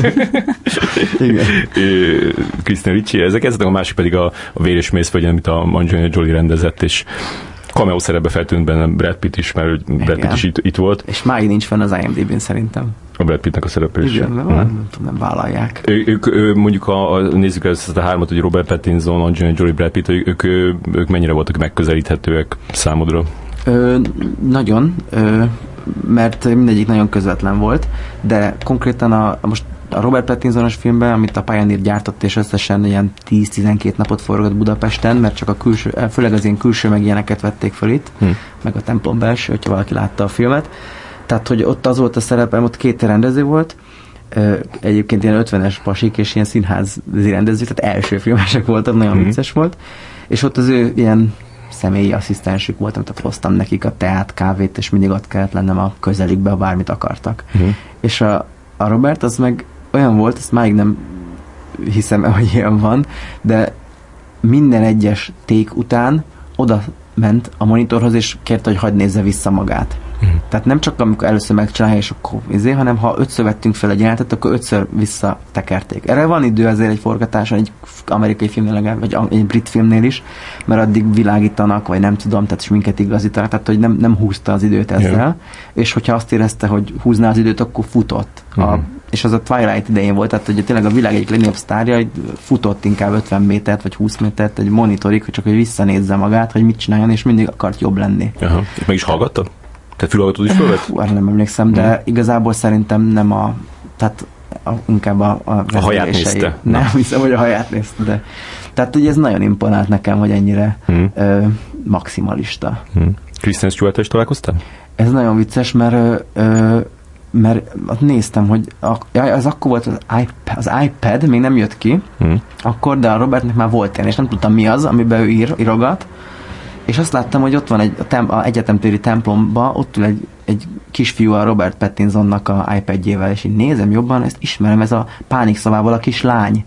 Igen. Christina Ricci, ezek, ezek a másik pedig a, a Vér és Mészföldje, amit a Angelina Jolie rendezett, és cameo szerepbe feltűnt benne Brad Pitt is, mert Brad Pitt is itt, itt volt. És máig nincs fenn az I M D B-n szerintem. A Brad Pittnek a szerepe is. Igen, nem, nem, nem, nem vállalják. Ő, ők, ő, mondjuk a, a, nézzük ezt a hármat, hogy Robert Pattinson, Angelina Jolie, Brad Pitt, ők, ők, ők mennyire voltak megközelíthetőek számodra? Ö, nagyon, ö, mert mindegyik nagyon közvetlen volt, de konkrétan a, most a Robert Pattinsonos filmben, amit a Pioneer gyártott, és összesen ilyen tíz-tizenkét napot forgott Budapesten, mert csak a külső, főleg az ilyen külső megilyeneket vették fel itt, hm. meg a templom belső, hogyha valaki látta a filmet. Tehát, hogy ott az volt a szerepem, ott két rendező volt, egyébként ilyen ötvenes pasik, és ilyen színházi rendező, tehát első filmesek voltak, nagyon hm. vicces volt, és ott az ő ilyen személyi asszisztensük volt, amit hoztam nekik a teát, kávét, és mindig ott kellett lennem a közelükbe, ha bármit akartak. Uh-huh. És a, a Robert az meg olyan volt, ezt máig nem hiszem, hogy ilyen van, de minden egyes take után oda ment a monitorhoz, és kérte, hogy hagyd nézze vissza magát. Uh-huh. Tehát nem csak amikor először megcsinálja, és akkor izé, hanem ha ötször vettünk fel egy jelenetet, akkor ötször visszatekerték. Erre van idő azért egy forgatáson, egy amerikai filmnél legalább, vagy egy brit filmnél is, mert addig világítanak, vagy nem tudom, tehát minket igazítanak, tehát hogy nem, nem húzta az időt ezzel, yeah. és hogyha azt érezte, hogy húzná az időt, akkor futott. Uh-huh. A, és az a Twilight idején volt, tehát hogy tényleg a világ egyik legnagyobb sztárja, hogy futott inkább ötven métert, vagy húsz métert egy monitorig, hogy csak hogy visszanézze magát, hogy mit csináljon, és mindig akart jobb lenni. Aha. Meg is hallgatta? Tehát fülhallgatót is fölvett? Fú, arra nem emlékszem, de hmm. igazából szerintem nem a, tehát a, inkább a a, a haját nézte. Nem Na. hiszem, hogy a haját nézte, de tehát ugye ez nagyon imponált nekem, hogy ennyire hmm. ö, maximalista. Hmm. Kristen Stewart-tal is találkoztál? Ez nagyon vicces, mert ö, mert néztem, hogy a, az akkor volt az iPad, az iPad még nem jött ki, hmm. akkor, de a Robertnek már volt ilyen, és nem tudtam mi az, amiben ő ír, írogat, és azt láttam, hogy ott van egy a, tem, a egyetemtéri templomba, ott ül egy, egy kisfiú a Robert Pattinsonnak a iPadjével, és én nézem jobban, ezt ismerem, ez a pánik szavával a kislány.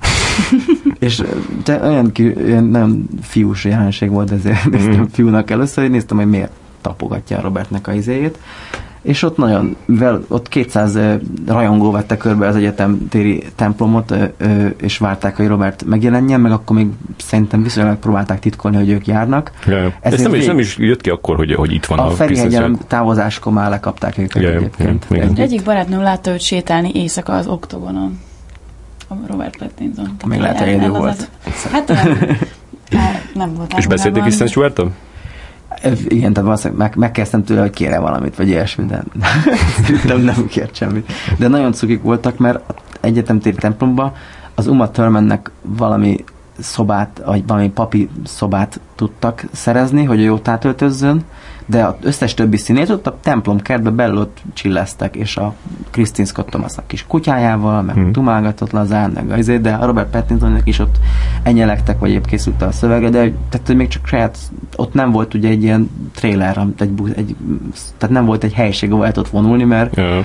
És te, olyan, ki, olyan nagyon fiús jelenség volt, ezért néztem mm. fiúnak először, hogy néztem, hogy miért tapogatja a Robertnek a izéjét. És ott nagyon, mivel ott kétszáz rajongó vette körbe az egyetemtéri templomot, és várták, hogy Robert megjelenjen, meg akkor még szerintem viszonylag próbálták titkolni, hogy ők járnak. Ja, ja. Ez nem, nem is jött ki akkor, hogy, hogy itt van a, a Ferihegyen távozáskor már lekapták őket ja, egyébként. Ja, ja. Egyik barátnőm látta őt sétálni éjszaka az oktogonon. A Robert Pattinson. Még lehet, hogy egyedül volt. Hát nem, nem volt. És beszélték Kristen Stewart-tal? Igen, tehát valószínűleg meg, megkezdtem tőle, hogy kére valamit, vagy ilyesmi, de nem, nem kért semmit. De nagyon cukik voltak, mert egyetemtéri templomban az Uma Thurmannek valami szobát, vagy valami papi szobát tudtak szerezni, hogy ő jót átöltözzön, de az összes többi színét ott a templom kertbe belül ott csilleztek, és a Kristen Scott Thomasnak kis kutyájával, meg hmm. dumálgatott lazán, meg azért, de a Robert Pattinsonnak is ott enyelektek, vagy épp készült a szövege, de tehát, hogy még csak saját, ott nem volt ugye egy ilyen trailer, egy, egy, tehát nem volt egy helység, ahol el tudott vonulni, mert yeah.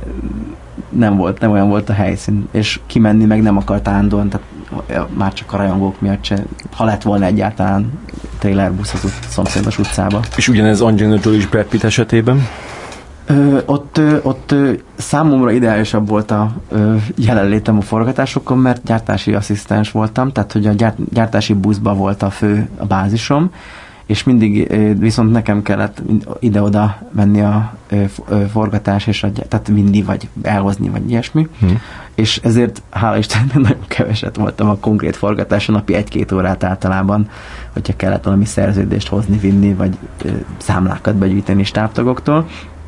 nem volt, nem olyan volt a helyszín, és kimenni meg nem akart állandóan, tehát már csak a rajongók miatt se, ha lett volna egyáltalán trailerbusz az ut- szomszédos utcába. És ugyanez Angelina Jolie és Brad Pitt esetében? Ö, ott, ö, ott ö, számomra ideálisabb volt a ö, jelenlétem a forgatásokon, mert gyártási asszisztens voltam, tehát hogy a gyárt, gyártási buszban volt a fő, a bázisom, és mindig viszont nekem kellett ide-oda menni a forgatás, és a, tehát mindig vagy elhozni, vagy ilyesmi, hmm. és ezért hála Istennek nagyon keveset voltam a konkrét forgatáson, napi egy-két órát általában, hogyha kellett valami szerződést hozni, vinni, vagy számlákat begyűjteni stábtagoktól,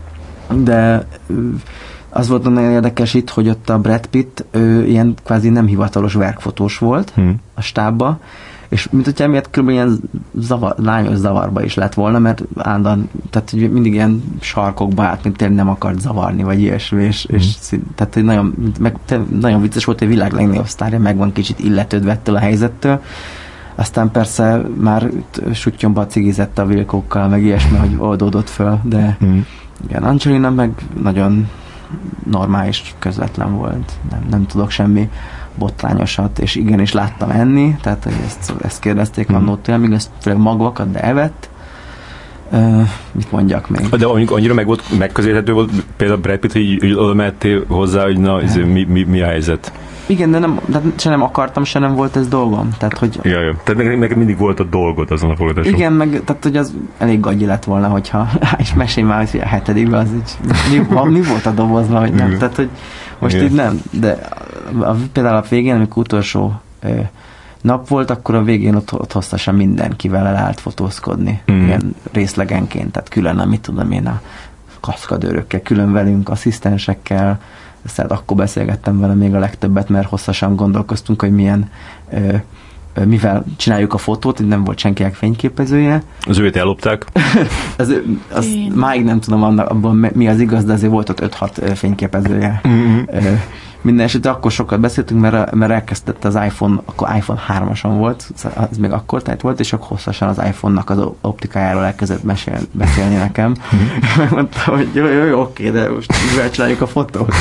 de az volt nagyon érdekes itt, hogy ott a Brad Pitt ő, ilyen kvázi nem hivatalos verkfotós volt hmm. a stábba, és mint hogyha emiatt kb. Ilyen zavar, lányos zavarba is lett volna, mert állandóan, tehát mindig ilyen sarkokba állt, mint tényleg nem akart zavarni, vagy ilyesmi, és, mm. és tehát nagyon, meg, nagyon vicces volt, hogy a világ legnagyobb sztárja meg van kicsit illetődve ettől a helyzettől. Aztán persze már suttyomba cigizett a vilkókkal, meg ilyesmi, hogy oldódott föl, de mm. igen, Angelina meg nagyon normális, közvetlen volt. Nem, nem tudok semmi botrányosat, és igenis láttam enni, tehát ezt, ezt kérdezték mm. annól tőlem, még ezt főleg magvakat, de evett. Uh, mit mondjak még? De annyira meg volt, megközelíthető volt például Brad Pitt, hogy oda mehettél hozzá, hogy na, ez mi, mi, mi a helyzet? Igen, de nem, de se nem akartam, se nem volt ez dolgom. Tehát, hogy... Ja, ja. Tehát neked mindig volt a dolgod azon a forgatáson. Igen, meg tehát, hogy az elég gagyi lett volna, hogyha, és mesélj már, hogy a hetedikben az így, mi, mi volt a dobozban, hogy nem. Tehát, hogy most igen. Így nem, de a, a, például a végén, amikor utolsó ö, nap volt, akkor a végén ott, ott hosszasan mindenkivel elállt fotózkodni. Mm. Ilyen részlegenként, tehát külön, amit tudom én, a kaszkadőrökkel, külön velünk, asszisztensekkel. Ezt akkor beszélgettem vele még a legtöbbet, mert hosszasan gondolkoztunk, hogy milyen ö, ö, mivel csináljuk a fotót, hogy nem volt senkinek fényképezője. Az őt ellopták? az, az máig nem tudom annak, abban mi az igaz, de azért volt ott öt-hat fényképezője. Mm-hmm. Ö, minden esetre akkor sokat beszéltünk, mert, mert elkezdett az iPhone, akkor iPhone hármason volt, az még akkor tehát volt, és akkor hosszasan az iPhone-nak az optikájáról elkezdett mesél, beszélni nekem. Megmondtam, hogy jó, jó, jó, oké, de most mivel csináljuk a fotót?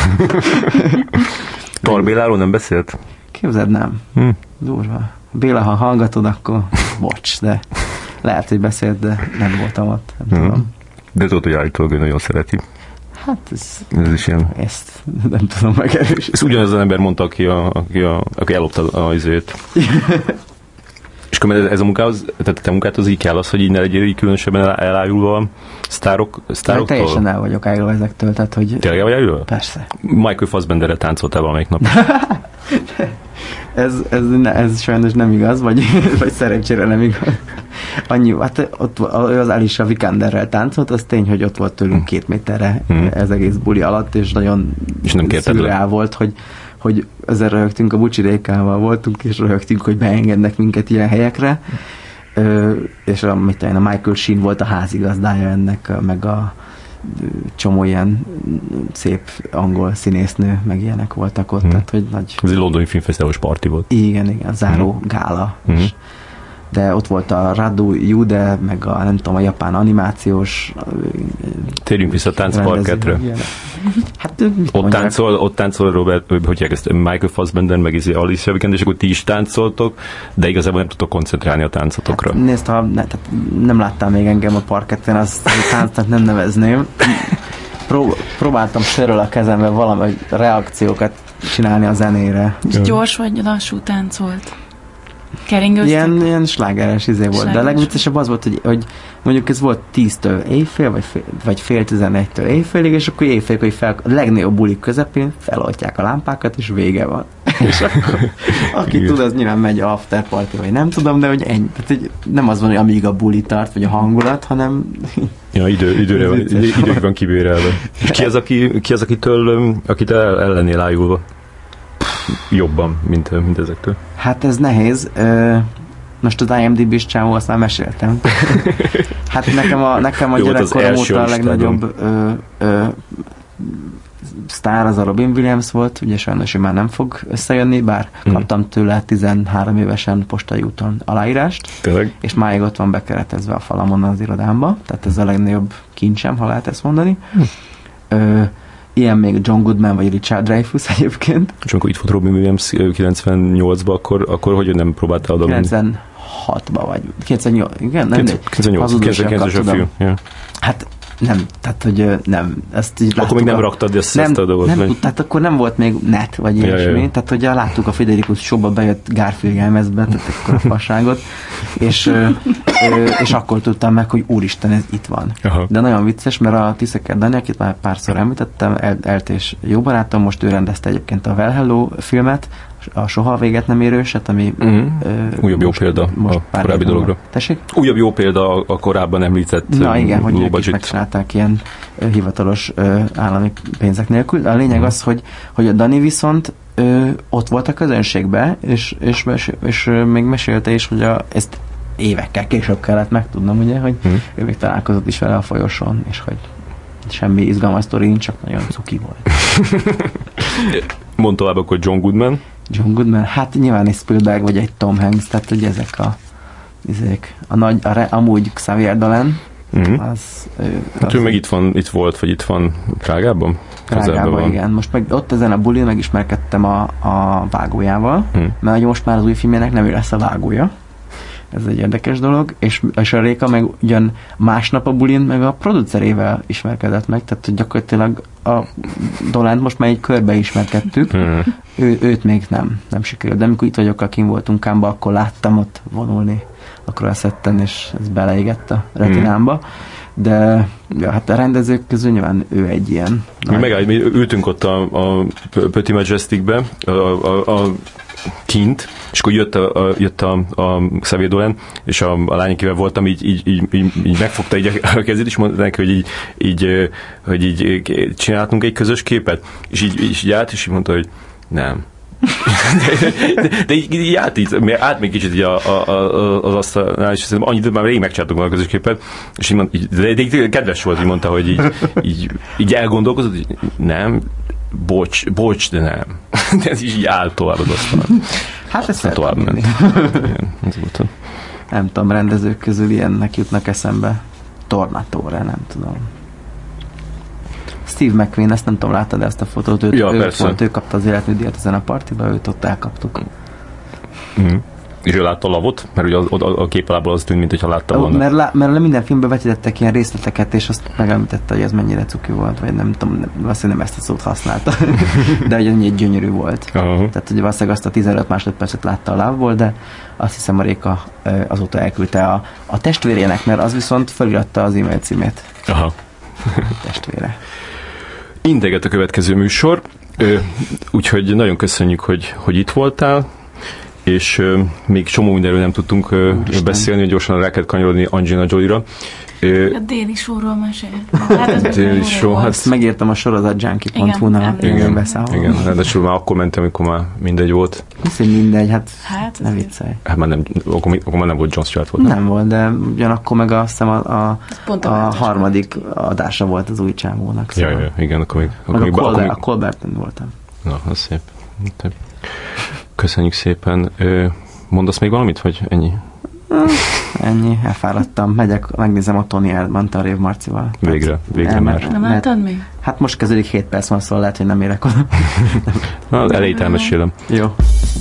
Tar Béláról nem beszélt? Képzeld, nem. Hmm. Durva. Béla, ha hallgatod, akkor bocs, de lehet, hogy beszélt, de nem voltam ott. Nem hmm. tudom. De tudod, hogy állítólag ő nagyon szereti. Hát ez, ez is ilyen. Ezt nem tudom megerősíteni. Ez ugyanaz az ember mondta, aki, a, aki, a, aki ellopta az izét. És akkor ez a munkához, tehát te munkát az így kell az, hogy így ne legyél így különösebben elájulva a sztárok, sztároktól? Hát teljesen el vagyok ájulva ezektől, tehát hogy... Tényleg el ájulva? Persze. Michael Fassbenderrel táncoltál valamelyik nap. ez, ez, ne, ez sajnos nem igaz, vagy, vagy szerencsére nem igaz. Annyi, hát ott az Alicia Vikanderrel táncolt, az tény, hogy ott volt tőlünk két méterre hmm. ez egész buli alatt, és nagyon és nem szürreál volt, hogy, hogy ezzel röhögtünk, a Bucsi Rékával voltunk, és röhögtünk, hogy beengednek minket ilyen helyekre, Ö, és a, mit tudom, a Michael Sheen volt a házigazdája ennek, meg a csomó ilyen szép angol színésznő, meg ilyenek voltak ott, hmm. tehát hogy nagy... Ez egy londoni filmfesztiválos parti volt. Igen, igen, záró hmm. gála. Hmm. És, de ott volt a Radu Jude, meg a nem tudom, a japán animációs... Térjünk vissza a táncparketre. Hát, ott, táncol, ott táncol Robert, hogy elkezdte, Michael Fassbender, meg izé Alicia Vikander, és akkor ti is táncoltok, de igazából nem tudtok koncentrálni a táncotokra. Hát, nézd, ha ne, tehát nem láttál még engem a parketten, azt táncnak nem nevezném. Prób- próbáltam sörről a kezembe valami reakciókat csinálni a zenére. Gyors vagy lassú táncolt? Keringőztek? Ilyen, ilyen slágeres izé volt. Slágeres. De a legviccesebb az volt, hogy, hogy mondjuk ez volt tíztől éjfél, vagy fél, vagy fél tizenegytől éjfélig, és akkor éjfél, hogy fel, a legnagyobb bulik közepén feloltják a lámpákat, és vége van. És akkor aki igen. tud, az nyilván megy a after party, vagy nem tudom, de hogy ennyi. Tehát, hogy nem az van, hogy amíg a buli tart, vagy a hangulat, hanem... Ja, idő, időre van, idők van kibérelve. És ki az, aki, ki az akitől, akit el, ellenél ájulva? Jobban, mint, mint ezektől. Hát ez nehéz. Most az I M D B-s csávó, azt már meséltem. Hát nekem a, nekem a gyerekkorom óta a legnagyobb ö, ö, sztár az a Robin Williams volt, ugye sajnos ő már nem fog összejönni, bár mm. kaptam tőle tizenhárom évesen postai úton aláírást, tényleg? És máig ott van bekeretezve a falamon az irodámba, tehát ez a legnagyobb kincsem, ha lehet ezt mondani. Mm. Ö, ilyen még John Goodman vagy Richard Dreyfuss egyébként. És amikor itt volt Robin Williams kilencvennyolcban, akkor, akkor hogy nem próbáltál oda kilencvenhatban vagy kilencvennyolc, igen? Nem, kilencvennyolc, kilencvennyolcas a film. Yeah. Hát Nem, tehát, hogy ö, nem. Ezt így akkor még nem a, raktad ezt, nem, ezt a dolgot? Nem, vagy? tehát akkor nem volt még net, vagy Ja, ilyesmi. ja, ja. Tehát, hogy láttuk a Federikus showba, bejött Garfield jelmezbe, tehát akkor a fasságot, és, ö, ö, és akkor tudtam meg, hogy úristen, ez itt van. Aha. De nagyon vicces, mert a Tiszaker Dani, akit már párszor említettem, el, eltés jó barátom, most ő rendezte egyébként a Well Hello filmet, a Soha véget nem érőset, ami Mm. ö, Újabb jó most, példa most a pár korábbi év múlva. dologra. Tessék? Újabb jó példa a, a korábban említett Na igen, hogy low ők is budget. megcsinálták ilyen ö, hivatalos ö, állami pénzek nélkül. A lényeg az, hogy, hogy a Dani viszont ö, ott volt a közönségben, és, és, és, és ö, még mesélte is, hogy a, ezt évekkel később kellett megtudnom, ugye, hogy hmm. ő még találkozott is vele a folyosón, és hogy semmi izgalmas sztori nincs, csak nagyon cuki volt. Mond tovább akkor John Goodman. John Goodman, hát nyilván egy Spielberg vagy egy Tom Hanks, tehát hogy ezek a ezek, a nagy, a re, amúgy Xavier Dolan, Mm-hmm. az, ő, Hát az ő meg itt van, itt volt, vagy itt van Prágában? Prágában, igen. Most meg ott ezen a bulin megismerkedtem a, a vágójával, hmm. mert hogy most már az új filmjének nem ő lesz a vágója. Ez egy érdekes dolog, és, és a Réka meg ugyan másnap a bulin meg a producerével ismerkedett meg, tehát hogy gyakorlatilag a Dolánt most már egy körbe ismerkedtük, hmm. ő, őt még nem, nem sikerült, de amikor itt vagyok, akin voltunk Kámba, akkor láttam ott vonulni a Croissetten, és ez beleégett a retinámba. Hmm. De ja, hát a rendezők közül nyilván ő egy ilyen. Mi megáll, mi ültünk ott a, a Petit Majesticbe, a, a, a kint, és akkor jött a, a, jött a, a Xavier Dolan, és a, a lány, akivel voltam, így, így, így, így, így megfogta így a kezét, és mondta neki, hogy így, így, hogy így csináltunk egy közös képet, és így, így, így állt, és így mondta, hogy nem. de, de, de így, így állt, így, állt még kicsit így a, a, a, az asztalnál, és szerintem annyit már rég megcsináltunk volna a közös képet, és így, mond, így de, de, de kedves volt, így mondta, hogy így, így, így elgondolkozott, hogy nem, bocs, bocs, de nem. De ez is így állt tovább az asztalon. Hát ez fel tovább ment. Igen, ez volt. Nem tudom, rendezők közül ilyennek jutnak eszembe. Tornatore, nem tudom. Steve McQueen, ezt nem tudom, láttad ezt a fotót, őt, ja, őt volt, ő kapta az életműdíjat ezen a partiban, őt ott elkaptuk. Mm. És ő látta a lavot? Mert ugye a, a, a kép alából az tűnt, mint hogyha látta volna. Mert, lá, mert minden filmben vetítettek ilyen részleteket, és azt megemlítette, hogy ez mennyire cuki volt, vagy nem tudom, nem, valószínűleg nem ezt a szót használta, de hogy ennyire gyönyörű volt. Uh-huh. Tehát, hogy valószínűleg azt a tizenöt másodpercet látta a lávból, de azt hiszem a Réka azóta elküldte a, a testvérének, mert az viszont feliratta az e-mail címét. Aha. Testvére. Integet a következő műsor, úgyhogy nagyon köszönjük, hogy, hogy itt voltál, és uh, még csomó mindenről nem tudtunk uh, beszélni, hogy gyorsan rá kell kanyarodni Angelina Jolie-ra. Uh, a déli showról mesélt. Hát déli show, hát ezt megírtam a sorozat junkie pont hu-nál. Igen, igen, beszállom. Igen, ráadásul már akkor mentem, amikor már mindegy volt. Hiszen mindegy, hát, hát ne viccelj. Hát már nem, akkor, akkor már nem volt Jon Stewart volt. Nem, nem volt, de ugyanakkor meg azt hiszem a, a, a, a harmadik adása volt az új csávónak. Szóval. Ja, ja, igen, akkor még... Akkor meg még, a, Colbert, akkor még... a Colberten voltam. Na, az szép. Köszönjük szépen. Mondasz még valamit, vagy ennyi? Ennyi, elfáradtam. Megyek, megnézem a Tony Erdmant a Rév Marcival. Végre, végre el, már. Nem láttad még? Hát most kezdődik hét perc van, szóval lehet, hogy nem érek oda. Na, elejét elmesélem. Jó.